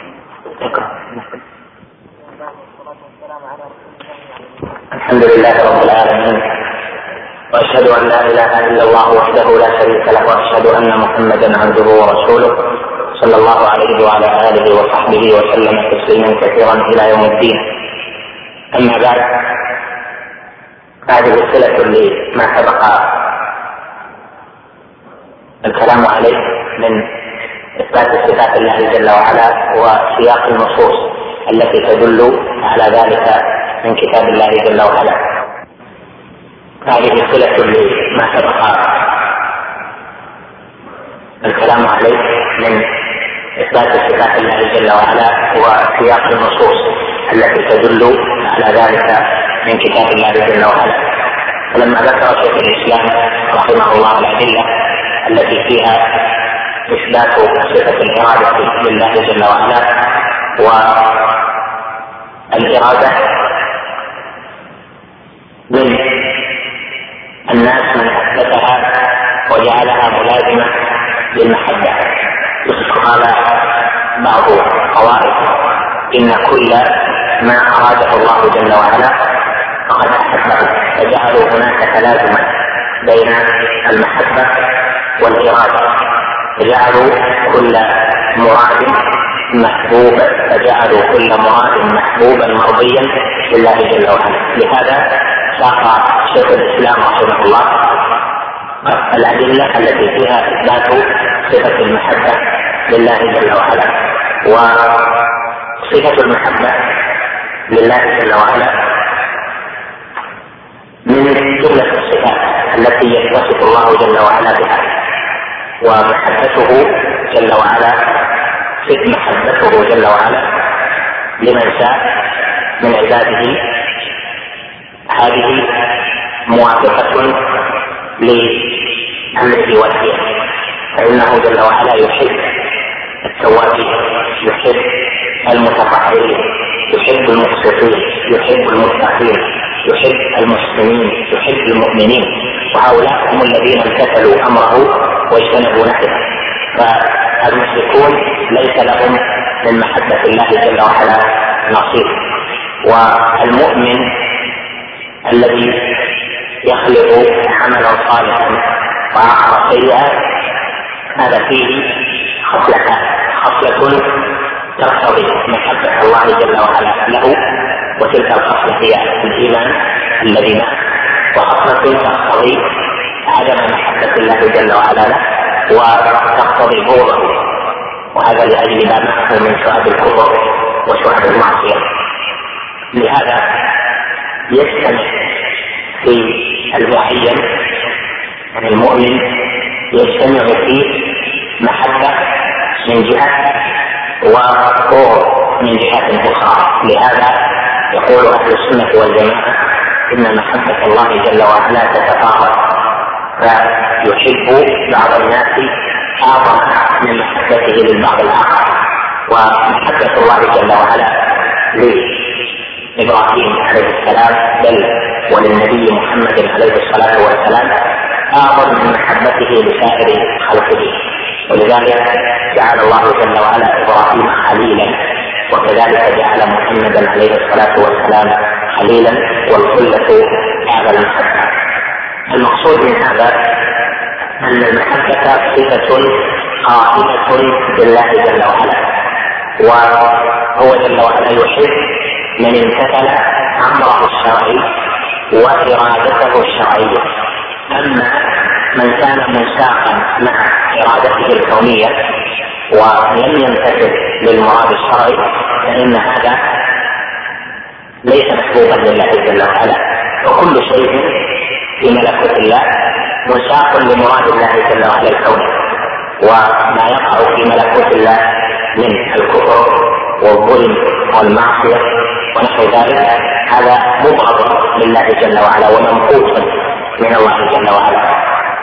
الحمد لله رب العالمين، وأشهد أن لا إله إلا الله وحده لا شريك له، وأشهد أن محمدا عبده ورسوله صلى الله عليه وعلى آله وصحبه وسلم تسليما كثيرا إلى يوم الدين. أما بعد، هذه صلة لما سبق الكلام عليه من إثبات صفات الله جل وعلا وسياق النصوص التي تدل على ذلك من كتاب الله جل وعلا. هذه صلة لما سبق الكلام عليه من إثبات صفات الله جل وعلا وسياق النصوص التي تدل على ذلك من كتاب الله جل وعلا. فلما ذكر شيخ الإسلام رحمه الله الأدلة التي فيها إثبات صفة الإرادة لله جل وعلا. والإرادة من الناس من أثبتها وجعلها ملازمة للمحبة، قال بعض الطوائف إن كل ما أراده الله جل وعلا فقد أحبه، فجعلوا هناك تلازما بين المحبة والإرادة، فجعلوا كل مراد محبوبا، فجعلوا كل مراد محبوبا مرضيا لله جل وعلا. لهذا ساق شيخ الإسلام رحمه الله الأدلة التي فيها إثبات صفة المحبة لله جل وعلا. وصفة المحبة لله جل وعلا من جملة الصفات التي يتصف الله جل وعلا بها، ومحبته جل وعلا محبته جل وعلا لمن شاء من عباده هذه موافقة لأمره ونهيه، فإنه جل وعلا يحب التوابين، يحب المتطهرين، يحب المقسطين، يحب المتقين، يحب المسلمين، يحب المؤمنين، وهؤلاء هم الذين امتثلوا أمره واجتنبوا نهيه. فالمشركون ليس لهم من محبة الله جل وعلا نصيب. والمؤمن الذي يخلق عملا صالحا وآخر سيئا هذا فيه خصلة تقتضي محبة الله جل وعلا له، وتلك الخصلة هي الإيمان الذي معه، وخصلة تقتضي عدم محبة الله جل وعلا له وتقتضي بغضه، وهذا لأجل ما معه من شعب الكفر وشعب المعصية. لهذا يجتمع في المعين يعني المؤمن يجتمع فيه محبة من جهة وبغض من جهة أخرى. لهذا يقول أهل السنة والجماعة إن محبة الله جل وعلا تتفاوت، فيحب بعض الناس أعظم من محبته للبعض الآخر. ومحبة الله جل وعلا لإبراهيم عليه السلام بل وللنبي محمد عليه الصلاة والسلام أعظم من محبته لسائر خلقه، ولذلك جعل الله جل وعلا إبراهيم خليلا، وكذلك جعل محمدا عليه الصلاة والسلام خليلا، والخلة أعلى المحبة. المقصود من هذا أن المحبة صفة قائمة بالله جل وعلا، وهو جل وعلا يحب من امتثل أمره الشرعي وإرادته الشرعية. أما من كان منساقا مع إرادته الكونية ولم يمتثل للمراد الشرعي فإن هذا ليس محبوبا لله جل وعلا. وكل شيء في ملكوت الله مساق لمراد الله جل وعلا الكوني، وما يقع في ملكوت الله من الكفر والظلم والمعصية ونحو ذلك هذا مبغض لله جل وعلا وممقوت من الله جل وعلا.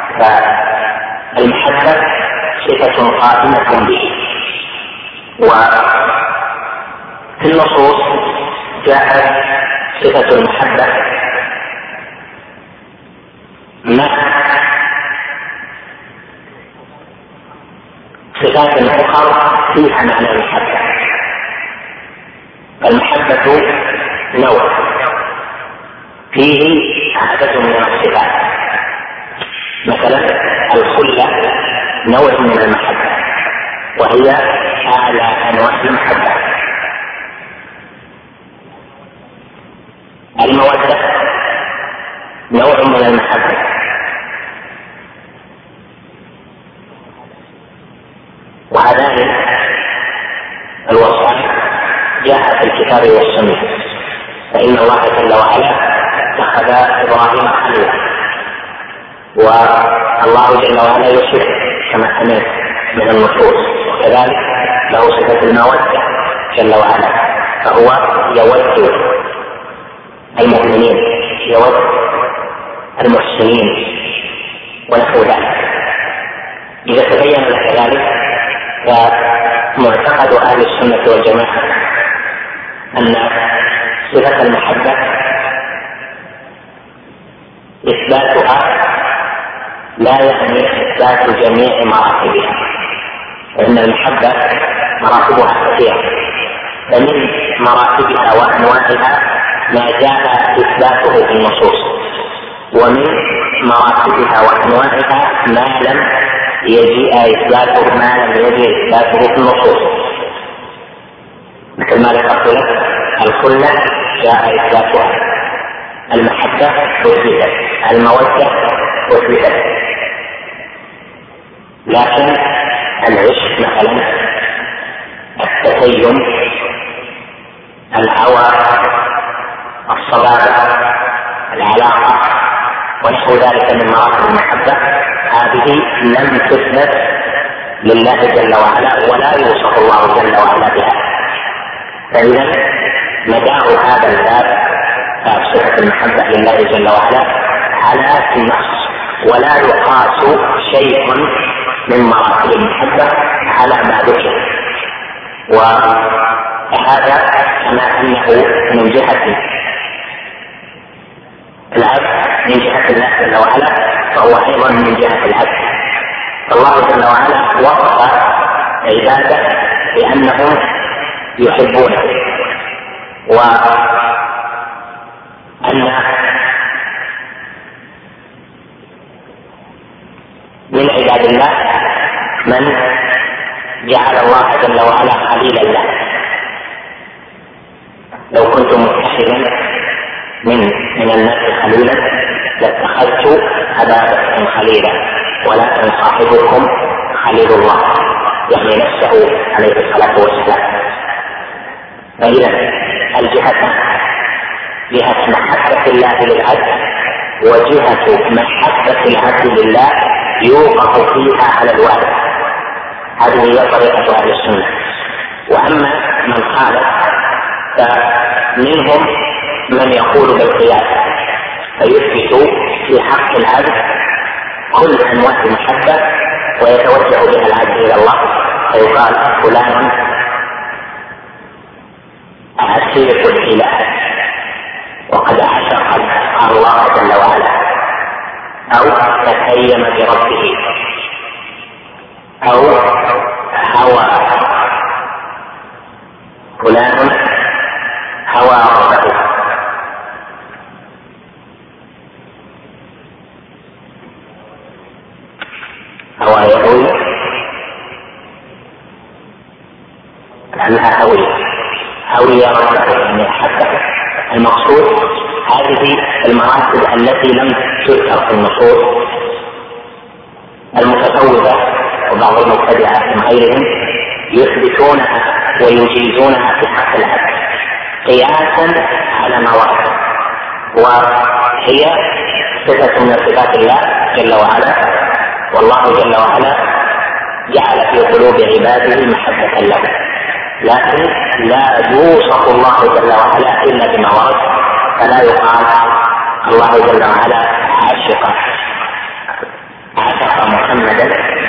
فالمحبة صفة قائمة به. وفي النصوص جاءت صفة المحبة مع صفات أخرى فيها معنى المحبة. المحبة نوع فيه عدد من الصفات، مثلا الخلة نوع من المحبة وهي أعلى أنواع المحبة. المودة نوع من المحبة، وهذان الوصفان جاء في الكتاب والسنة. فإن الله جل وعلا اتخذ إبراهيم خليلا، والله جل وعلا يحب كما سمعت من النصوص، وكذلك له صفة المودة جل وعلا، فهو يود المؤمنين، يود المحسنين ونحو ذلك. إذا تبين لك ذلك فمعتقد أهل السنة والجماعة أن صفة المحبة إثباتها لا يعني إثبات جميع مراتبها، وإن المحبة مراتبها كثيرة، فمن مراتبها وأنواعها ما جاء إثباته في النصوص، ومن مراتبها وأنواعها ما لم يجيء إثباته في النصوص، مثل ما ذكرت لك الخلة جاء إثباتها، المحبة أثبتت، المودة أثبتت، لكن العشق مثلا، التسيم، الهوى، الصبابة، العلاقة ونحو ذلك من مراتب المحبة، هذه لم تثبت لله جل وعلا ولا يوصف الله جل وعلا بها. فإذا مدار هذا الباب صفة المحبة لله جل وعلا على النص، ولا يقاس شيء من مراتب المحبة على ما ذكر. وهذا كما أنه من جهة العبد من جهة الله جل وعلا، فهو أيضا من جهة العبد. فالله جل وعلا وصف عباده بأنهم يحبونه، وأن من عباد الله من جعل الله جل وعلا خليلا له. لو كنت متخذا من الناس خليلا لاتخذت أبا بكر خليلا ولكن صاحبكم خليل الله، يعني نفسه عليه الصلاة والسلام. فإذا الجهة جهة محبة الله للعبد وجهة محبة العبد لله يوقف فيها على الواحد. هذه هي طريقة أهل السنة. وأما من خالف فمنهم من يقول بالقياس فيثبت في حق العبد كل أنواع المحبة ويتوجه بها العبد إلى الله، فيقال فلان عشيق الإله وقد عشق الله جل وعلا، أو تتيم بربه، أو هوى فلان هوى ربه. هوى يهوي لأنها هوي ربه، يعني حتى المقصود هذه المراتب التي لم تذكر في النصوص. المتصوفة وبعض المبتدعة من غيرهم يثبتونها ويجيزونها في حق العبد قياسا على ما ورد، وهي صفة من صفات الله جل وعلا، والله جل وعلا جعل في قلوب عباده محبة له، لكن لا يوصف الله جل وعلا إلا بما ورد. فلا يقال الله جل وعلا عشق محمدا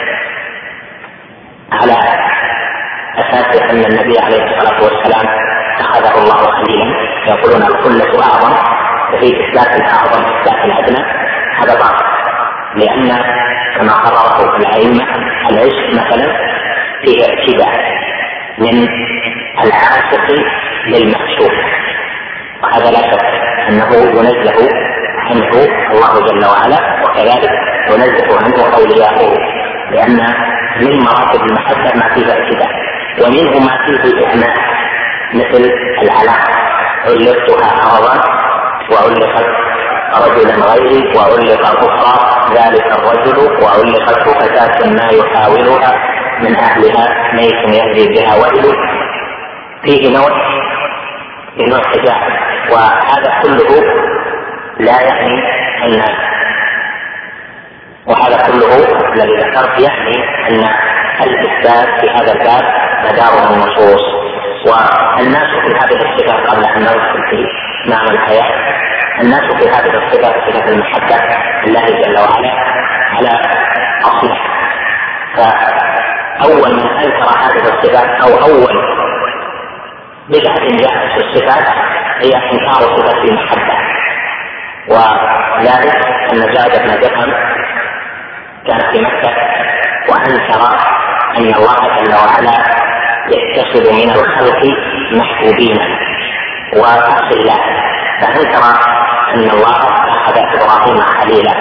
على أساس أن النبي عليه الصلاة والسلام اتخذه الله خليلا، يقولون الخلة أعظم، وفي إثبات الأعظم إثبات الأدنى، هذا باطل، لأن كما قرره الأئمة العشق مثلا فيه اعتداء من العاشق للمعشوق، وهذا لا شك أنه ينزه عنه الله جل وعلا، وكذلك ينزه عنه أولياءه، لأن من مراتب المحبة ما فيه اعتداء، ومنه ما فيه إعماء، مثل العلاقة، علقتها عرضا وعلقت رجلا غيري وعلق الأخرى ذلك الرجل وعلقته فتاة ما يحاولها من أهلها ميت يهدي بها ويل، فيه نوع حجاب. وهذا كله لا يعني أن وهذا كله الذي ذكرت يعني أن الإثبات في هذا الباب مدار النصوص. والناس في هذه الصفة قبل أن ندخل في معنى الحياة، الناس في هذه الصفة صفة المحبة لله جل وعلا على أصله، أول من أنكر هذه الصفات أو أول بدعة جاءت في الصفات هي إنكار صفة المحبة، وذلك أن جابر بن درهم كان في مكة وأنكر أن الله جل وعلا يتصل من الخلق محبوبين وأصلا، فأنكر أن الله أخذ إبراهيم خليلا،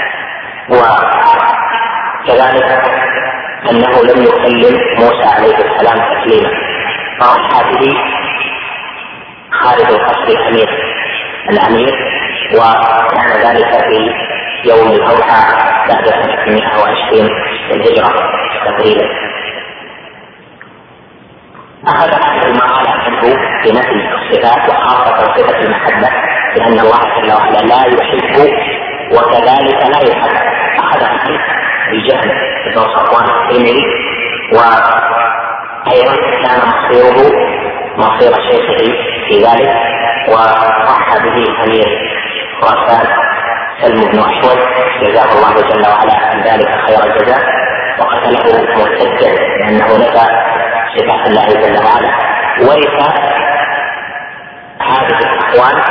وكذلك أنه لم يكلم موسى عليه السلام تكليما، فرحى به خالد القصري الأمير، وكان ذلك في يوم الأضحى بعد 320 للهجرة تقريبا. أخذ هذه المقالة عنه في نفي الصفات وخاصة صفة المحبة، لأن الله جل وعلا لا يحب وكذلك لا يحب، أخذ عنه الجهل بن صفوان التيمي، وأيضا كان مصيره مصير شيخه في ذلك، وضحى به أمير خراسان سلم بن أحوذ جزاه الله جل وعلا عن ذلك خير الجزاء، وقتله مرتدا لأنه نفى صفات الله جل وعلا. ورث هذه الأقوال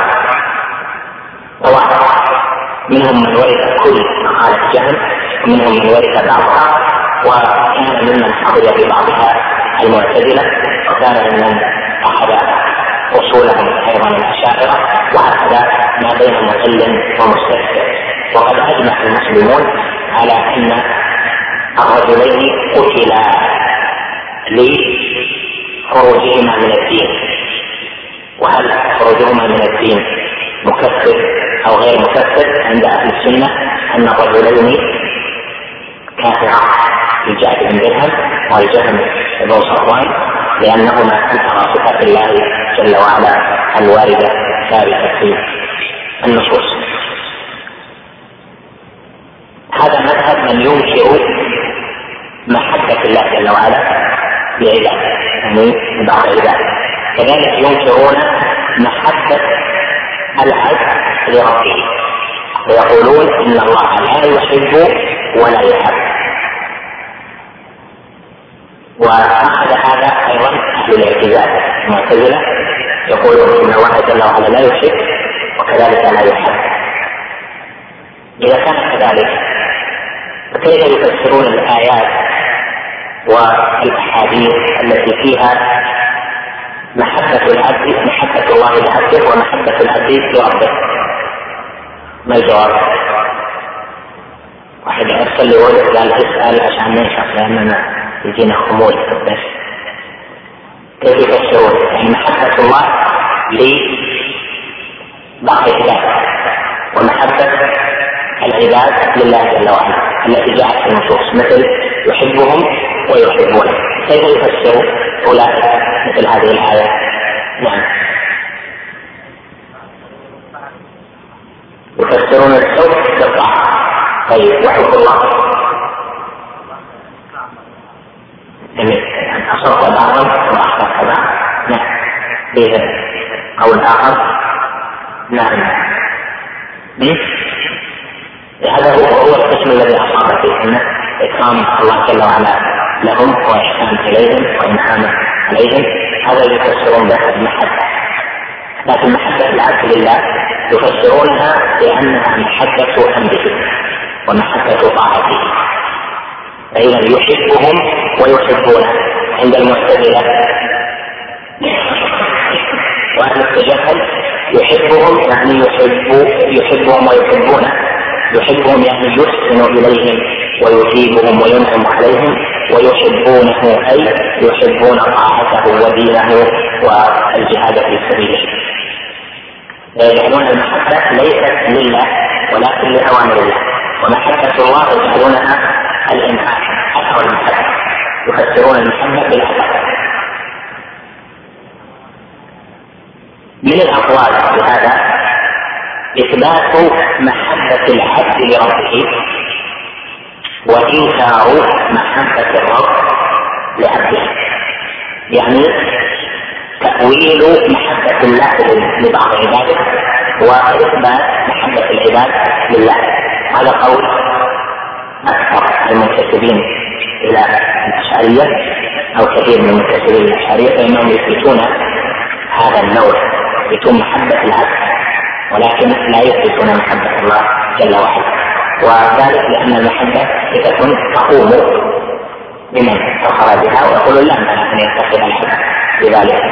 طوائف، منهم من ورث كل مقالة جهل ومنهم من ورث بعضها، وكان ممن حفظ ببعضها المعتزلة، وكان ممن أخذ أصولهم أيضا الأشاعرة، وهكذا ما بين معل ومستكبر. وقد أجمع المسلمون على أن الرجلين قتلا لخروجهما من الدين، وهل خروجهما من الدين مكفر أو غير مكفر؟ عند أهل السنة أن الرجلين كافرا، الجعد بن درهم والجهم بن صفوان، لأنهما أنكرا صفات الله جل وعلا الواردة ثابتة في النصوص. هذا مذهب من ينكر محبة الله جل وعلا لعباده، يعني بعض عباده، كذلك ينكرون محبة العبد لربه، ويقولون إن الله لا يحب ولا يحب. وأخذ هذا أيضا أهل الاعتزال المعتزلة، يقولون إن الله جل وعلا لا يحب وكذلك لا يحب. إذا كان كذلك فكيف يفسرون الآيات والأحاديث التي فيها محبة العبد، محبة الله لعبده ومحبة العبد لربه؟ ما الجواب؟ واحد أرسل لي وجه قال اسأل عشان ننشط لأننا يجينا خمول بس. كيف يفسرون يعني محبة الله لبعض العباد ومحبة العباد لله جل وعلا التي جاءت في النصوص، مثل يحبهم ويحبونه؟ كيف يفسرون أولئك مثل هذه الآية؟ نعم، يفسرون الحب بالطاعة. طيب وحب الله يعني أصبت بعضا وأخطأت بعضا؟ نعم، به أو الآخر. نعم، هذا هو القسم الذي أصاب فيه، أن إكرام الله جل وعلا لهم وإحسان إليهم وإنعام عليهم، هذا يفسرون به المحبة. لكن محبة العبد لله يفسرونها بأنها محبة أمره ومحبة طاعته، فإذا يحبهم ويحبونه عند المعتزلة وأهل التجهل. يحبهم يعني يحبهم ويحبونه، يحبهم يعني يحسن إليهم ويجيبهم وينعم عليهم، ويحبونه أي يحبون طاعته ودينه والجهاد في سبيله. يجعلون المحبة ليست لله ولكن لأوامر الله، ومحبة الله يجعلونها الإنعام أو المحبة، يفسرون المحبة بالأحبة. من الأقوال في هذا إثبات محبة العبد لربه وإنكار محبة الرب لعبده، يعني تأويل محبة الله لبعض عباده وإثبات محبة العباد لله. هذا قول أكثر المنتسبين إلى الأشعرية أو كثير من المنتسبين للأشعرية فإنهم يثبتون هذا النوع، يثبتون محبة العبد ولكن لا يثبتون محبة الله جل وعلا، وذلك لأن المحبة صفة تقوم بمن فخر بها، ويقول لا مانع أن يتصل الحب بذلك.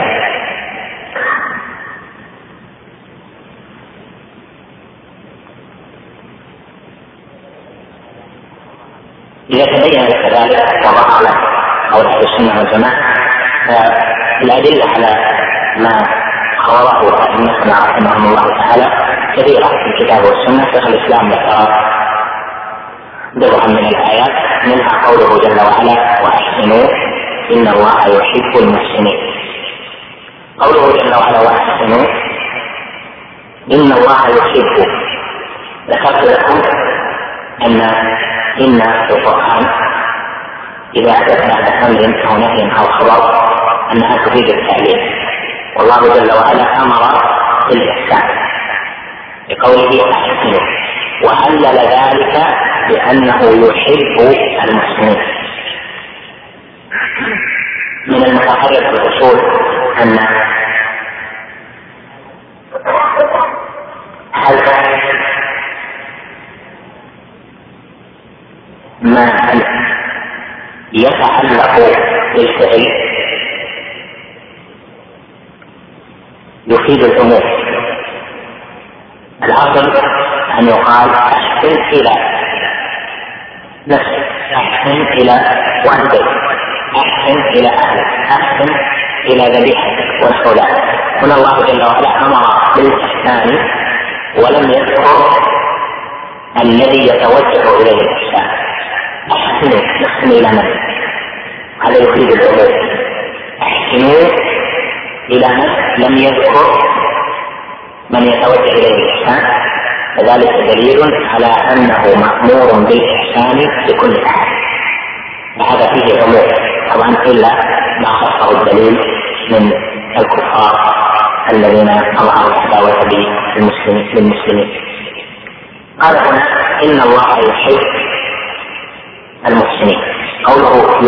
إذا تبين لك ذلك وظهر لك قول أهل السنة والجماعة فالأدلة على ما قرره أئمتنا رحمهم الله تعالى كثيرة في الكتاب والسنة. شيخ الإسلام ذكر بضعا من الآيات منها قوله جل وعلا وأحسنوا إن الله يحب المحسنين. قوله جل وعلا وأحسنوا إن الله يحب، ذكرت لكم أن في القرآن إذا أتت بعد أمر أو نهي أو خبر أنها تفيد التعليم، والله جل وعلا أمر بالإحسان بقوله أحسنوا، وعلل ذلك بأنه يحب المحسنين. من المتحرر في الأصول أن ما يتعلق بالفعل يفيد الأمور. الأصل أن يقال أحسن إلى نفسك، أحسن إلى والديك، أحسن إلى أهلك، أحسن إلى ذبيحتك ونحو ذلك. هنا الله جل وعلا أمر بالإحسان ولم يذكر الذي يتوجه إليه الإحسان. أحسن إلى نفسك، هذا يفيد الأمور. أحسنوا إلى نفسك لم يذكر من يتوجه إليه الإحسان، فذلك دليل على أنه مأمور بالإحسان بكل أحد، وهذا فيه أمور طبعا إلا ما خصه الدليل من الكفار الذين أظهروا العداوة للمسلمين. قال هنا إن الله يحب المحسنين. قوله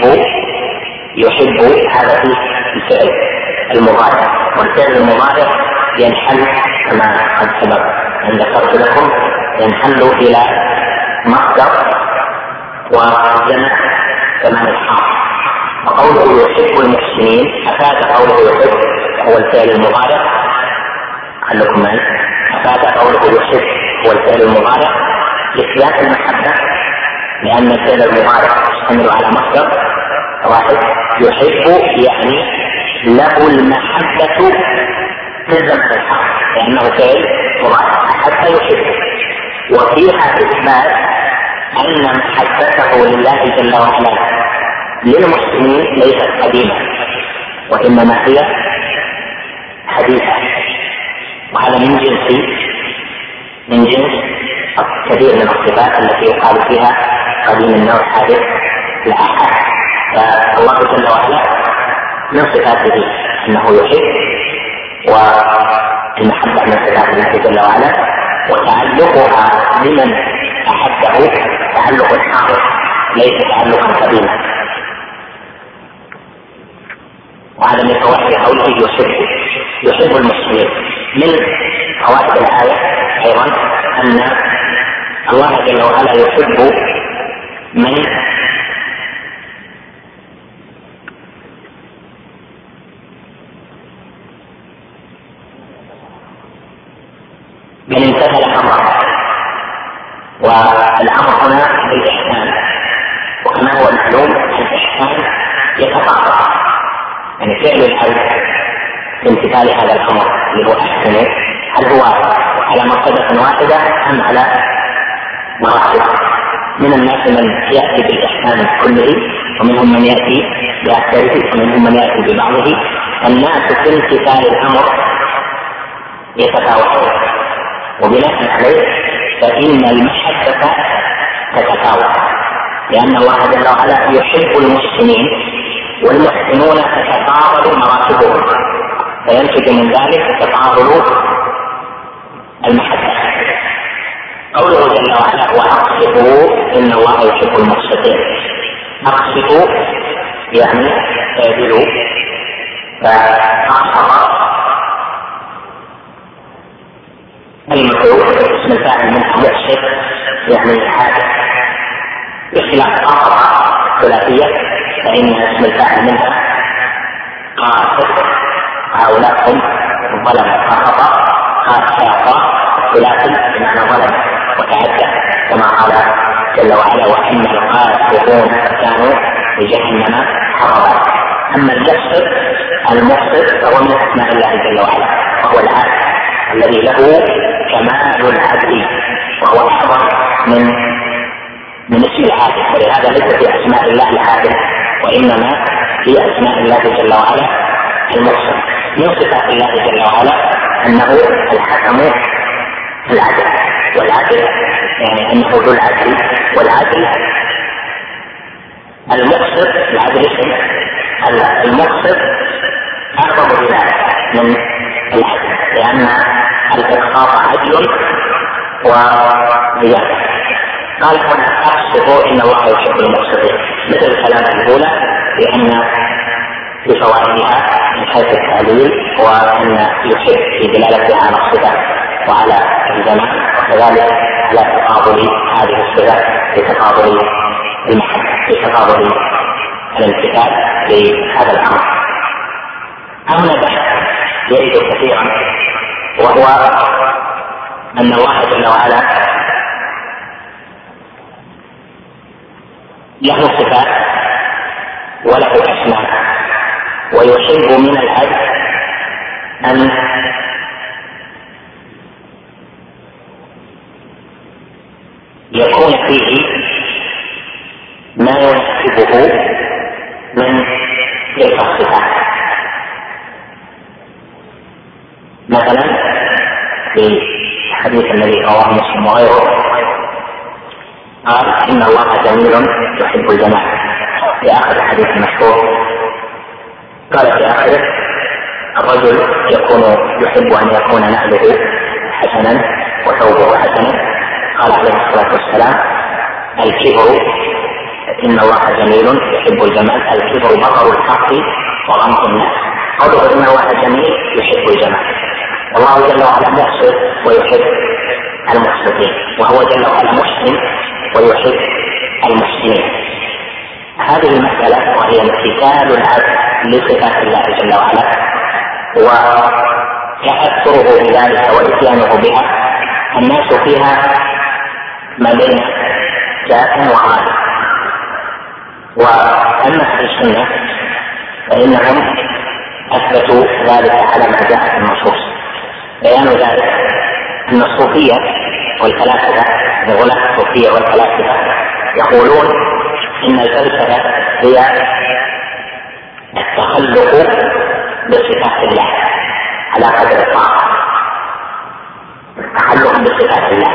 يحب هذا فيه الفعل المضارع، والفعل المضارع ينحل كما قد سبق أن ذكرت لكم، ينحل إلى مصدر وجمع زمان الحال. وقوله يحب المحسنين أفاد قوله يحب هو الفعل المضارع، خلكم معي، أفاد قوله يحب هو الفعل المضارع لإثبات المحبة، لأن الفعل المضارع يشتمل على مصدر واحد. يحب يعني له المحبة في الزمن الحاضر لأنه فعل مضارع حتى يحب، وفيها إثبات أن محبته لله جل وعلا للمسلمين ليست قديمة وإنما هي حديثة، وهذا من جنس كثير من الصفات التي يقال فيها قديم النوع حادث الأحد. فالله جل وعلا من صفاته أنه يحب، والمحبة من صفات الله جل وعلا، وتعلقها بمن أحبه تعلق حاضر ليس تعلقا قديما. وهذا من فوائد قوله يحب المسلمين. من فوائد الآية أيضا أن الله جل وعلا يحب من امتثل أمره، والأمر هنا بالإحسان، وكما هو معلوم الإحسان يتفاضل، يعني فعل الحج بامتثال هذا الأمر اللي هو أحسنه هل هو على مرتبة واحدة أم على مراتب؟ من الناس من يأتي بالإحسان كله، ومنهم من يأتي بأكثره، ومنهم من يأتي ببعضه. الناس في امتثال الأمر يتفاوتون، وبناء عليه فإن المحبة تتفاوت، لأن الله جل وعلا يحب المحسنين، والمحسنون تتفاضل مراتبهم، فينتج من ذلك تفاضل المحبة. قوله جل وعلا وأقسطوا إن الله يحب المقسطين، أقسطوا يعني اعدلوا، فأقسط المفعول اسم الفاعل منه يقسط يعني حادث، بخلاف قسط الثلاثية فإن اسم الفاعل منها قاسط، هؤلاء هم ظلم، قسط قاسط ثلاثي بمعنى ظلم وتعدى، كما قال جل وعلا وإن القاسطون كانوا لجهنم حطبا. أما المقسط فهو من أسماء الله جل وعلا، وهو العادل الذي له كمال العدل، وهو أعظم من اسم العادل، ولهذا ليس في أسماء الله العادل، وإنما في أسماء الله جل وعلا المقسط. من صفات الله جل وعلا أنه الحكم العدل، والعدل يعني أنه ذو العدل، والعدل المقسط العدل اسم المقسط أعظم بذلك من العدل، لأن الإقساط عدل وزيادة. قال هنا أقسطوا إن الله يحب المقسطين، مثل الكلام الأولى لأن في فوائدها من حيث التعليل، وأن يحب في دلالتها على الصفات وعلى الزمان، وكذلك على تقابل هذه الصفات لتقابل المحبة، لتقابل الامتثال لهذا الأمر. أما بحث يرد كثيرا، وهو أن الله جل وعلا له صفات وله أسماء، ويحب من العبد أن يكون فيه ما يناسبه من تلك الصفات. مثلا في حديث الذي رواه مسلم وغيره قال إن الله جميل يحب الجمال، في آخر الحديث المشهور قال في آخره الرجل يكون يحب أن يكون نعله حسنا وثوبه حسنا، قال عليه الصلاة والسلام الكبر إن الله جميل يحب الجمال، الكبر بطر الحق وغمط الناس. قوله إن الله جميل يحب الجمال، الله جل وعلا محسن ويحب المحسنين، وهو جل وعلا محسن ويحب المحسنين. هذه المسألة وهي امتثال العبد لصفات الله جل وعلا وتأثره بذلك وإتيانه بها، الناس فيها ما بين جاء وغالب. وأما أهل السنة فإنهم أثبتوا ذلك على ما جاء في النصوص. بيان ذلك أن الصوفية والفلاسفة، الغلاة الصوفية والفلاسفة يقولون إن الفلسفة هي التخلق بصفات الله على قدر الطاقة، التخلق بصفات الله،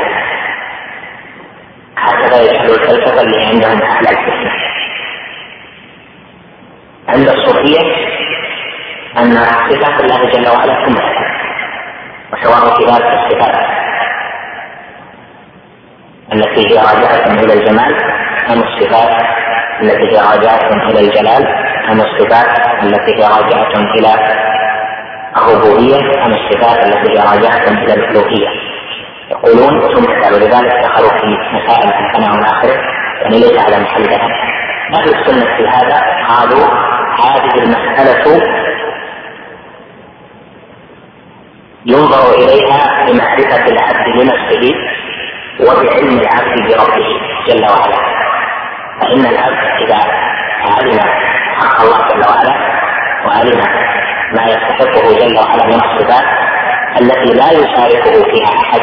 هكذا يجعل الفلسفة اللي عندهم أهل الفتنة. عند الصوفية أن صفات الله جل وعلا كلها، وسواء في ذلك الصفات التي هي راجعة إلى الجمال أم الصفات التي هي راجعة إلى الجلال أم الصفات التي هي راجعة إلى الربوبية أم الصفات التي هي راجعة إلى الألوهية. يقولون ثم قالوا لذلك دخلوا في مسائل الثناء والآخرة يعني ليس على محلها. أهل السنة في هذا قالوا هذه المسألة ينظر إليها بمعرفة العبد لنفسه وبعلم العبد بربه جل وعلا. فإن العبد إذا علم حق الله جل وعلا وعلم ما يستحقه جل وعلا من الصفات التي لا يشاركه فيها أحد،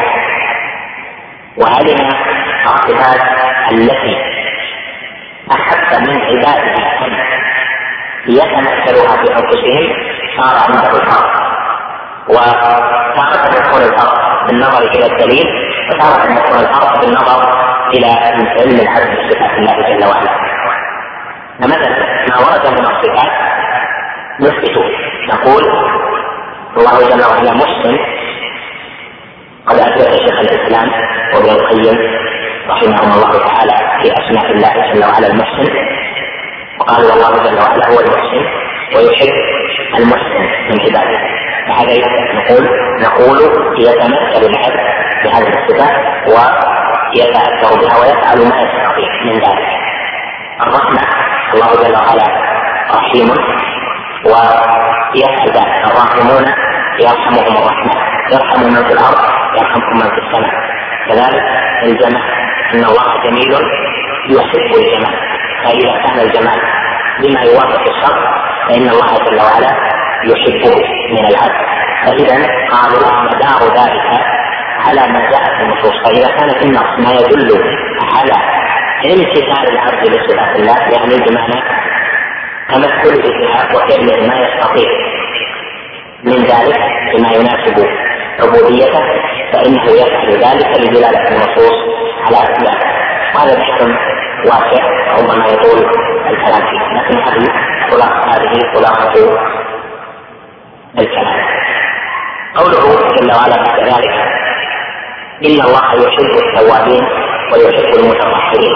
وعلم الصفات التي أحب من عباده أن يتمثلها في أنفسهم، صار عنده الفرق. وتارة يكون الفرق بالنظر إلى الدليل، وتارة يكون الفرق بالنظر إلى علم العبد بصفات الله جل وعلا. فمثلا ما ورد من الصفات نثبته، نقول الله جل وعلا محسن، قد أثبت شيخ الإسلام وابن القيم رحمهم الله تعالى في أسماء الله جل وعلا المحسن، وقال الله جل وعلا هو المحسن ويحب المحسن من عباده. فهذا نقول يتمثل العبد بهذه الصفات ويتأثر بها ويفعل ما يستطيع من ذلك. الرحمة الله جل وعلا رحيم ويفعل ذلك. الراحمون يرحمهم الرحمن، يرحم من في الأرض يرحمكم من في السماء. كذلك الجمال، إن الله جميل يحب الجمال، فإذا كان الجمال بما يوافق الشرع فإن الله جل وعلا يحبه من العبد. فإذا قالوا مدار ذلك على ما جاء في النصوص، فإذا كان في النص ما يدل على امتثال العبد لصفات الله يعني بمعنى تمثل بها وفعل ما يستطيع من ذلك بما يناسب عبوديته، فإنه يفعل ذلك لدلالة النصوص على ذلك. وهذا بحث واسع ربما يطول الكلام فيه، لكن هذه خلاصة الكلام. قوله جل وعلا بعد ذلك إن الله يحب التوابين ويحب المتطهرين.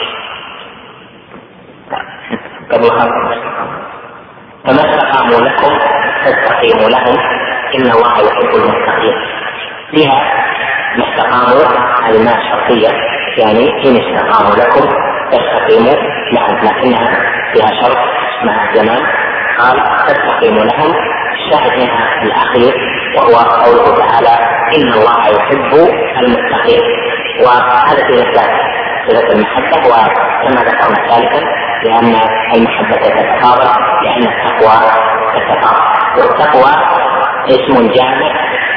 فما استقاموا لكم فاستقيموا لهم إن الله يحب المتقين. فيها ما استقاموا الماء شرطية، يعني إن استقاموا لكم فاستقيموا لهم، لكنها فيها شرط مع الزمان. قال فاستقيموا لهم، الشاهد منها الأخير وهو قوله تعالى إن الله يحب المتقين. وهذا في صلة المحبة، وكما ذكرنا ثالثا لأن المحبة تتقارب لأن التقوى تتقارب، والتقوى اسم جامع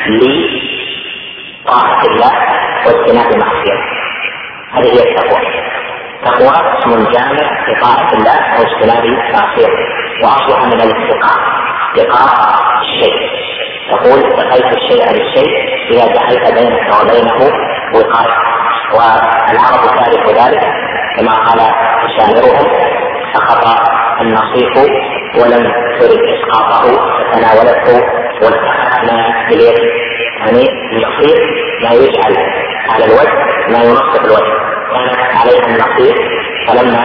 لطاعة الله واجتناب معصيته. هذه هي التقوى. التقوى اسم جامع لطاعة الله واجتناب معصيته، وأصلها من الاتقاء، اتقاء الشيء. تقول اتقيت الشيء بالشيء إذا جعلت بينك وبينه وقاية. والعرب تعرف ذلك كما قال شاعرهم سقط النصيف ولم ترد إسقاطه فتناولته والتقطنا باليد. يعني النصيف لا يجعل على الوجه، لا ينصف الوجه، كانت عليه النصيف فلما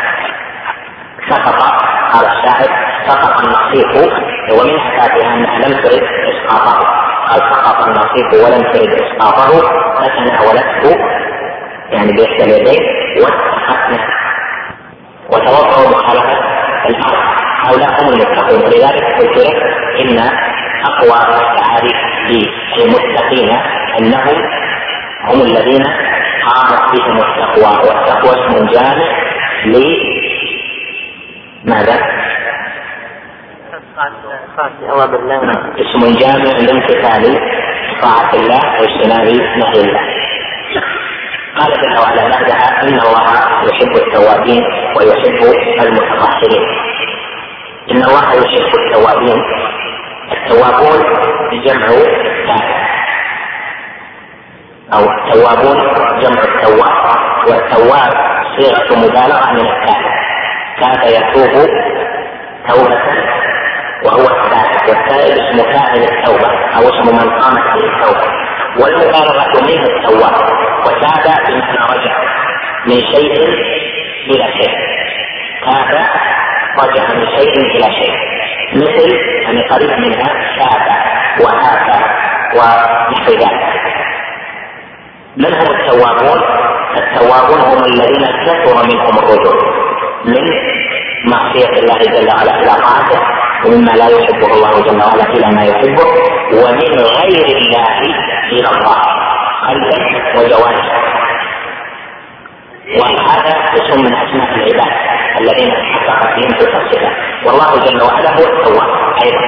سقط قال الشاعر سقط النصيف، ومن حكايتها أنها لم ترد إسقاطه، قال سقط النصيف ولم ترد إسقاطه فتناولته يعني بإحدى اليدين واتقتنا وتوقعوا مخالفة الأرض. هؤلاء هم المتقون. ولذلك قلت لك إن أقوى التعاريف للمتقين أنهم هم الذين قامت بهم التقوى، والتقوى اسم جامع لماذا؟ اسم جامع لامتثال طاعة الله واجتناب نهي الله. قال جل وعلا بعدها إن الله يحب التوابين ويحب المتطهرين. إن الله يحب التوابين، التوابون جمع تاب، أو التوابون جمع التواب، والتواب صيغة مبالغة من التاب. تاب يتوب توبة وهو التائب، والتائب اسم فاعل التوبة أو اسم من قامت به التوبة، والمبالغة منه التواب. وتاب بمعنى رجع من شيء إلى شيء، تاب رجع من شيء إلى شيء، مثل يعني قريب منها تاب وهاب ونحو ذلك. من هم التوابون؟ التوابون هم الذين كثر منهم الرجوع من معصية الله جل وعلا إلى طاعته، ومما لا يحبه الله جل وعلا إلى ما يحبه، ومن غير الله إلى الله قلبا وجوارحا. وهذا اسم من أسماء العباد الذين تحققت فيهم تلك الصفات، والله جل وعلا هو التواب أيضا.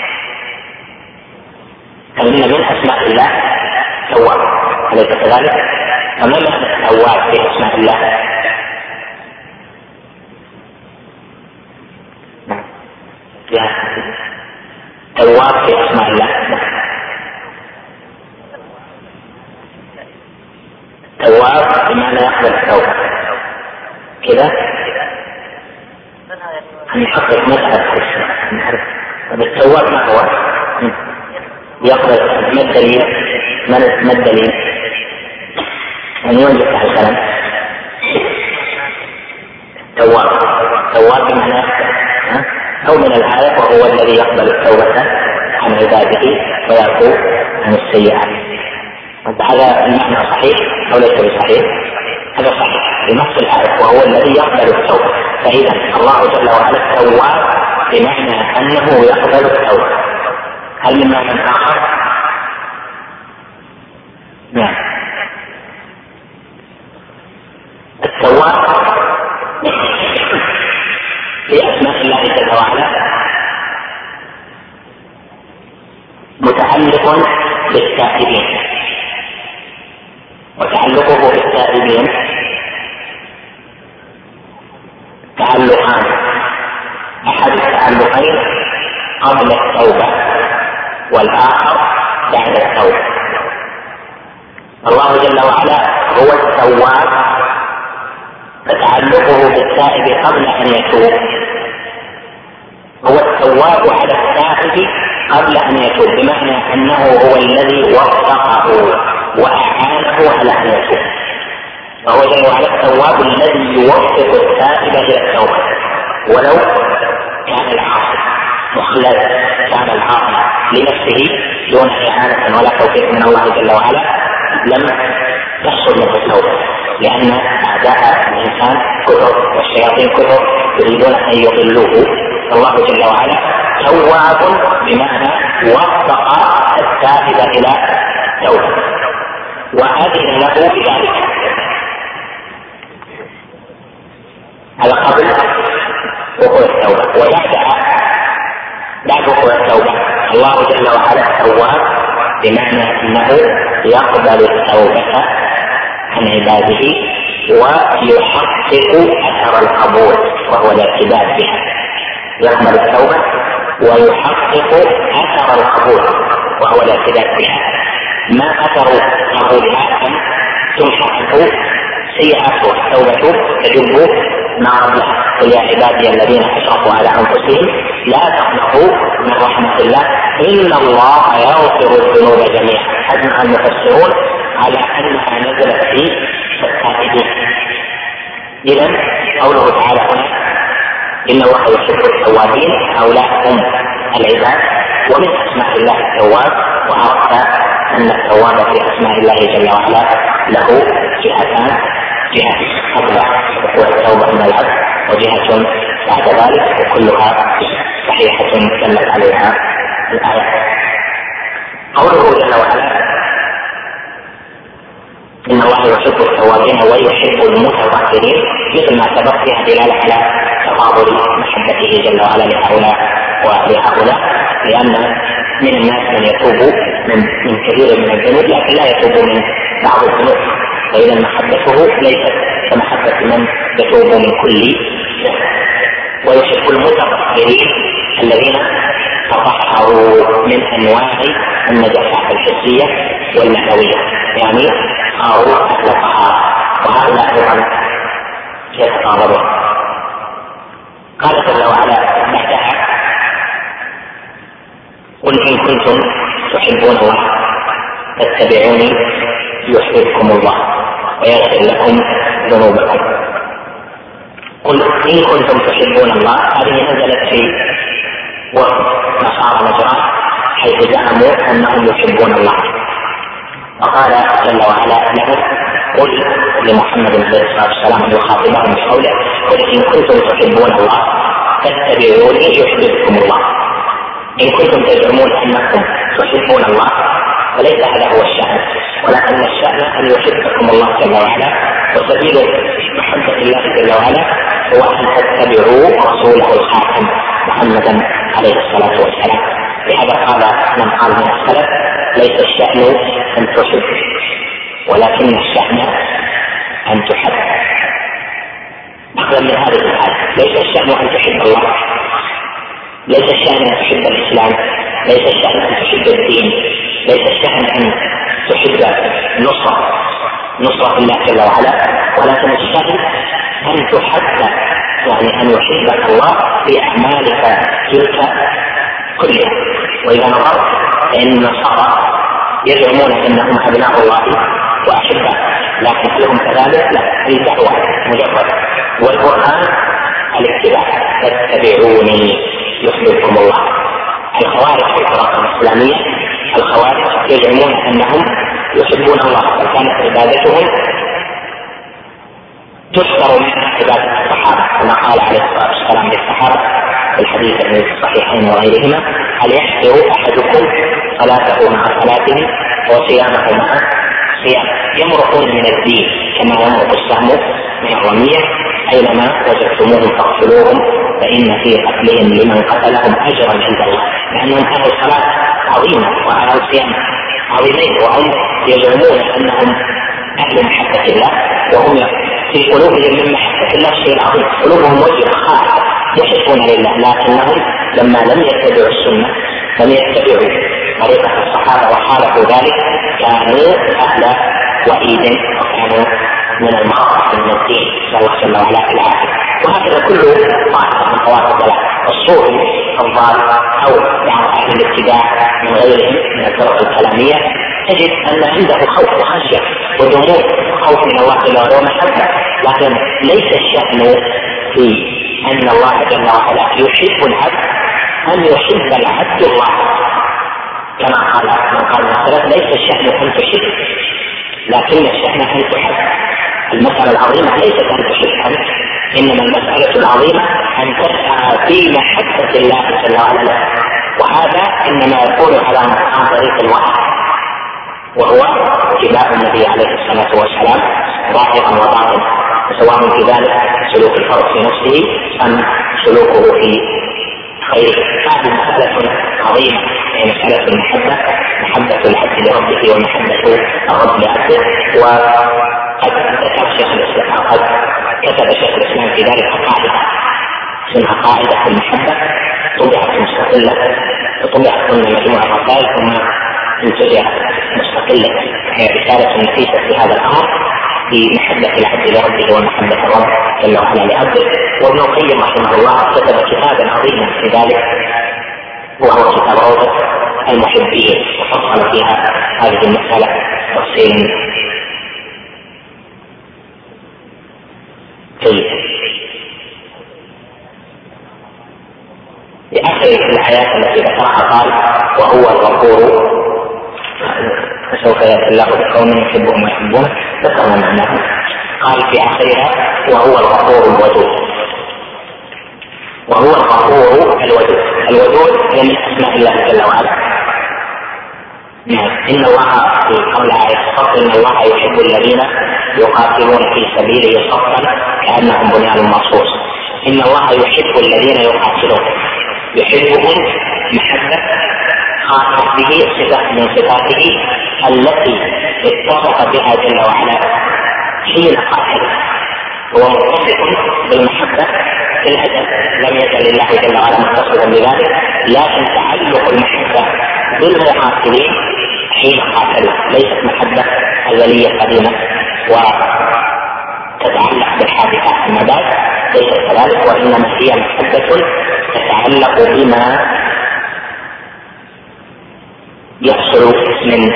فإن من أسماء الله تواب، أليس كذلك؟ فما معنى التواب في أسماء الله؟ تواب في أسماء الله. تواب بمعنى يقبل التوبة كذا. نحقق مسألة نعرف التواب ما هو؟ يقبل. ما الدليل؟ ما الدليل؟ من ينجح على الكلام؟ تواب التواب بمعنى أو من الآية وهو الذي يقبل التوبة عن عباده ويعفو عن السيئات. هذا المعنى صحيح أو ليس بصحيح؟ هذا صحيح بنص الآية وهو الذي يقبل التوبة. فإذا الله جل وعلا التواب بمعنى أنه يقبل التوبة. هل من معنى آخر؟ نعم. التواب في أسماء الله جل وعلا متعلق بالتائبين، وتعلقه بالتائبين تعلقان: أحد التعلقين قبل التوبة والآخر بعد التوبة. الله جل وعلا هو التواب فتعلقه بالتائب قبل أن يتوب، هو التواب على التائب قبل أن يتوب، بمعنى أنه هو الذي وفقه وأعانه على أن يتوب. فهو جل وعلا التواب الذي يوفق التائب إلى التوبة، ولو كان العاصي مخلد، كان العاصي لنفسه دون إعانة ولا توفيق من الله جل وعلا لم تحصل منه التوبة، لأن أعداء الإنسان كثر والشياطين كثر يريدون أن يضلوه. الله جل وعلا تواب بمعنى وفق التائب إلى التوبة وأذن له بذلك. هذا قبل وقوع التوبة. بعد وقوع التوبة الله جل وعلا تواب بمعنى أنه يقبل التوبة عن عباده ويحقق أثر القبول وهو الاعتداد بها. يقبل التوبة ويحقق أثر القبول وهو الاعتداد بها. ما أثر قبولها؟ أن تمحى عنه سيئاته. التوبة تجب ما قبلها. قل يا عبادي الذين أشركوا على أنفسهم لا تقنطوا من رحمة الله إن الله يغفر الذنوب جميعا. أجمع المفسرون على أنها نزلت في التائبين. إذن قوله تعالى هنا إن الله يحب التوابين، هؤلاء هم العباد، ومن أسماء الله التواب. وعرفت أن التواب في أسماء الله جل وعلا له جهتان: جهة قبل وقوع التوبة من العبد، وجهة بعد ذلك، وكلها صحيحة دلت عليها الآية. قوله جل وعلا إن الله يحب التوابين ويحب المتطهرين، مثل ما سبق فيها دلالة على تفاضل محبته جل وعلا لهؤلاء ولهؤلاء، لأن من الناس من يتوب من كثير من الذنوب لكن لا يتوب من بعض الذنوب، فإذا محبته ليست كمحبة من يتوب من كل ذنب. ويحب المتطهرين الذين تطهروا من أنواع النجاسات الحسية والمعنوية، يعني صاروا أهل طهارة، وهؤلاء أيضا يتقاربون. قال جل وعلا بعدها: قل إن كنتم تحبون الله فاتبعوني يحببكم الله ويغفر لكم ذنوبكم. قل إن كنتم تحبون الله، هذه نزلت في وقت نصارى نجران حيث زعموا أنهم يحبون الله، وقال جل وعلا لهم: قل لمحمد عليه الصلاة والسلام يخاطبهم بقوله: قل إن كنتم تحبون الله فاتبعوني يحببكم الله. إن كنتم تزعمون أنكم تحبون الله فليس هذا هو الشأن، ولكن الشأن أن يحبكم الله جل وعلا. وسبيل محبة الله جل وعلا هو أن تتبعوا رسوله الخاتم محمدا عليه الصلاة والسلام. لهذا قال من قال من السلف: ليس الشأن أن تحب ولكن الشأن أن تحب. أخذ من هذه الآية: ليس الشأن أن تحب الله، ليس الشأن أن تحب الإسلام، ليس الشأن أن تحب الدين، ليس الشأن أن تحب نصرة الله جل وعلا، ولكن الشأن أن تحب، يعني أن يحبك الله في أعمالك تلك كلها. وإذا نظرت فإن النصارى يزعمون أنهم أبناء الله وأحباء، لكن لهم كذلك لا، هي دعوة مجرد. والقرآن الاتباع، فاتبعوني يحببكم الله. الخوارج في الفرق الإسلامية، الخوارج يزعمون أنهم يحبون الله، وكانت عبادتهم تشتر من عبادة الصحابة، كما قال عليه الصلاة والسلام للصحابة في الحديث الصحيحين وغيرهما: هل يحقر أحدكم صلاته مع صلاته وصيامه مع صيامه؟ يمرقون من الدين كما يمرق السهم من الرمية، أينما وجدتموهم فاقتلوهم فإن في قتلهم لمن قتلهم أجرا عند الله، لأنهم أهل صلاة عظيمة وأهل صيام عظيمين، وهم يزعمون أنهم أهل محبة الله، وهم في قلوبهم من محبة الله شيء عظيم، قلوبهم وجه خالص يحبون لله، لكنهم لما لم يتبعوا السنة، لم يتبعوا طريقة الصحابة وخالفوا ذلك، كانوا أهل وعيد وكانوا من المخاطر من الدين، نسأل الله جل وعلا العافية. وهكذا كل طائفة من طوائف الضلال، الصوفي الضال أو بعض أهل الاتباع من غيرهم من الفرق الكلامية، تجد أن عنده خوف وخشية ودموع، خوف من الله جل وعلا ومحبة، لكن ليس الشأن في أن الله جل وعلا يحب العبد أن يحب العبد الله، كما قال من قال مثلا: ليس الشأن أن تحب، لكن الشأن أن تحب. المسألة العظيمة ليست أن تحب أنت، إنما المسألة العظيمة أن تسعى في محبة الله جل وعلا، وهذا إنما يكون عن طريق الوحي، وهو اتباع النبي عليه الصلاة والسلام ظاهرا وباطنا، سواء في ذلك سلوك الفرد في نفسه أم سلوكه في غيره. هذه مسألة عظيمة، هي مسألة المحبة، محبة العبد لربه ومحبة الرب لعبده. وقد ذكر شيخ الإسلام، قد كتب شيخ الإسلام في ذلك قاعدة اسمها قاعدة المحبة، طبعت مستقلة، طبعت ضمن مجموعة رسائل ثم انتجت مستقلة، هي رسالة نفيسة في هذا الأمر، في محبة العبد لربه ومحبة الرب جل وعلا لعبده. وابن القيم رحمه الله كتب كتابا عظيما في ذلك، وهو كتاب روضة المحبين، وفصل فيها هذه المسألة تفصيلا جيدا. في آخر الآيات التي ذكرها قال: وهو الغفور، فسوف يأتي الله بقوم يحبهم ويحبونه، ذكرنا معناه. قال في آخرها: وهو الغفور الودود. وهو الغفور الودود، الودود هي من أسماء الله جل وعلا. إن الله في قول آية الصف: إن الله يحب الذين يقاتلون في سبيله صفا كأنهم بنيان مرصوص. إن الله يحب الذين يقاتلون، يحبهم محبة خاصة به، صفة من صفاته التي اتصف بها جل وعلا حين قاتل، هو متصف بالمحبة في الأزل، لم يزل الله جل وعلا متصفا بذلك، لكن تعلق المحبة بالمقاتلين حين قاتلوا ليست محبة أزلية قديمة وتتعلق بالحادثات أما بعد، ليست كذلك، وإنما هي محبة تتعلق بما يحصل من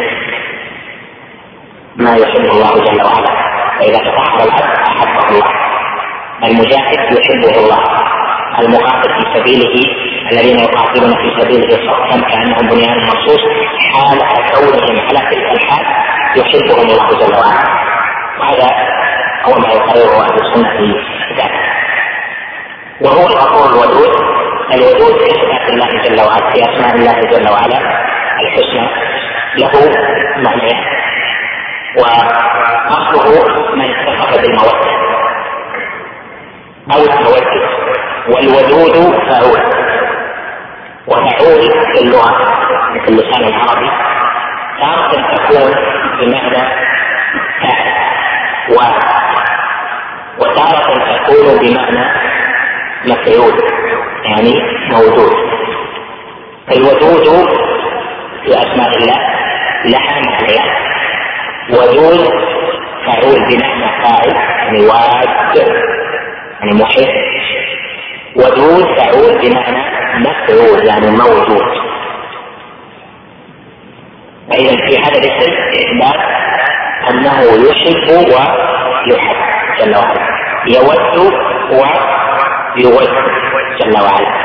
ما يحب الله جل وعلا. فإذا تطهر العبد أحبه الله، المجاهد يحبه الله، المقاتل في سبيله الذين يقاتلون في سبيله صفا كأنهم بنيان مرصوص، حال كونهم على تلك الحال يحبهم الله جل وعلا. وهذا هو ما يقرره أهل السنة في ذلك. وهو الغفور الودود، الودود في صفات الله جل وعلا، في أسماء الله جل وعلا الحسنى، له معنى، وأصله من اتصف بالمودة أو التودد. والودود فعول، وفعول في اللغة في اللسان العربي تارة تكون بمعنى فاعل، وتارة تكون بمعنى مفعول، يعني موجود. الودود في أسماء الله لها معنيان: ودود فعول بمعنى فاعل يعني واد يعني محب، ودود فعول بمعنى مفعول يعني موجود. فإذا في هذا الاسم إثبات أنه يحب ويحب جل وعلا، يود يود جل وعلا،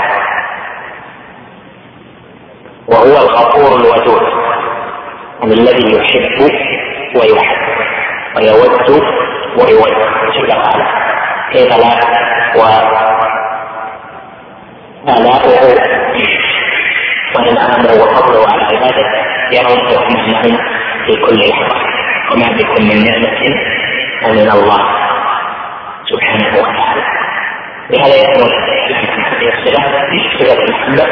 وهو الغفور الودود الذي يحب ويحب ويود ويود جل وعلا. كيف لا؟ وآلاؤه وإنعامه وفضله على عباده يرزقهم معهم في كل لحظة، وما بكم من نعمة فمن الله سبحانه وتعالى. بهذا يكون هذه صفة المحبة.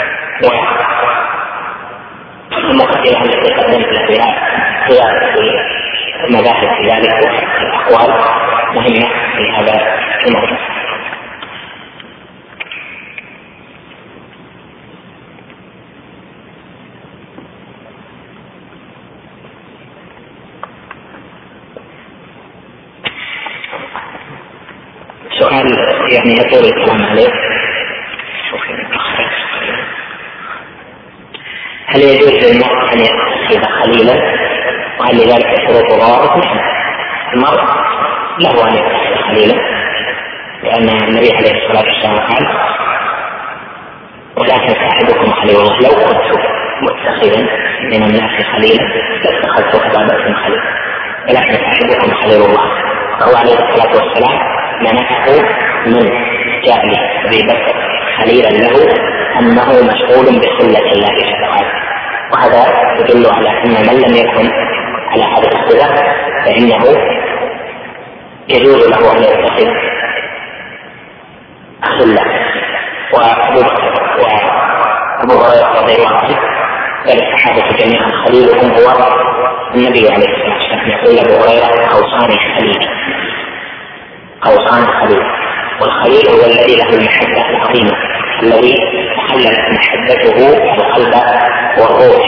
والمقدمة التي قدمت لها هي المباحث في ذلك والأقوال مهمة في هذا الموضوع. سؤال يعني يطول الكلام عليه. هل يجوز للمرء أن يتخذ خليلا وهل لذلك شروط ضوابط؟ نعم، المرء له أن يتخذ خليلا، لأن النبي عليه الصلاة والسلام قال: ولكن صاحبكم خليل الله. لو كنت متخذا من الناس خليلا لاتخذت أبا بكر خليلا، ولكن صاحبكم خليل الله. فهو عليه الصلاة والسلام منعه من جعل أبي بكر خليلا له أنه مشغول بسنة الله جل وعلا. وهذا يدل على أن من لم يكن على هذا الصفة فإنه يجوز له أن يتخذ خلا. وأبو هريرة رضي الله عنه قال الصحابة جميعا خليلهم هو النبي عليه الصلاة والسلام. يقول أبو هريرة: أوصاني خليلي، أوصاني خليلي. والخليل هو الذي له المحبة العظيمة، الذي تحلت محبته القلب والروح.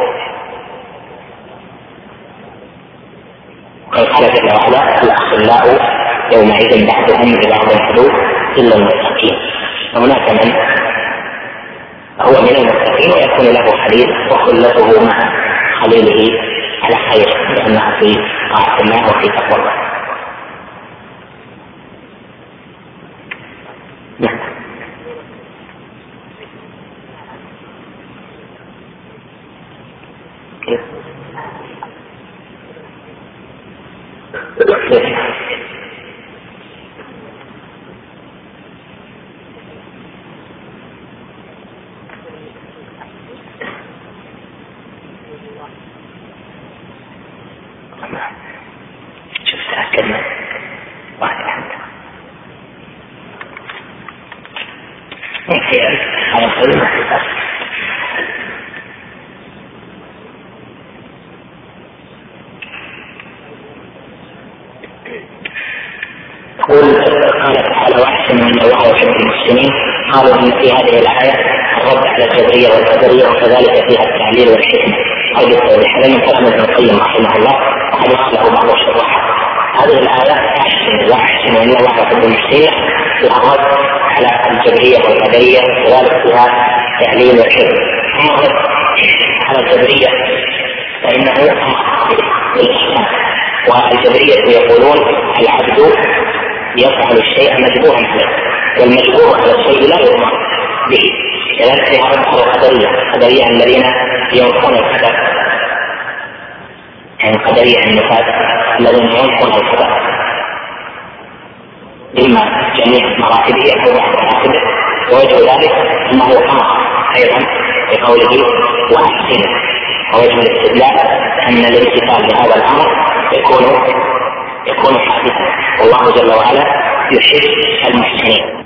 قال جل وعلا: الأخلاء يومئذ بعضهم لبعض عدو إلا المتقين. وهناك من هو من المتقين ويكون له خليل وخلته مع خليله على خير، لأنها في طاعة الله وفي تقوى الله. شوف تأكدنا واحد على خير. قال تعالى: واحسن ان الله يحب المحسنين. قالوا ان في هذه الايه الرد على الجبريه والقدريه وكذلك فيها التعليل والحكمه. هذا من كلام ابن القيم رحمه الله وقد وصله بعض الشراح. هذه الايه واحسن ان الله يحب المحسنين فيها الرد على الجبريه والقدريه وكذلك فيها التعليل والحكمه. اما الرد على الجبريه فانه بالاحسان، والجبريه يقولون العبد يفعل الشيء مجبورا عليه، والمجبور على الشيء لا يؤمر به. كذلك فيها رد على القدرية الذين ينكرون القدر، يعني القدرية النفاة الذين ينكرون القدر إما جميع مراتبه أو بعض مراتبه. ووجه ذلك أنه أمر أيضا بقوله وأحسن، ووجه الاستدلال أن الامتثال لهذا الأمر يكون حادثا، والله جل وعلا يحب المحسنين.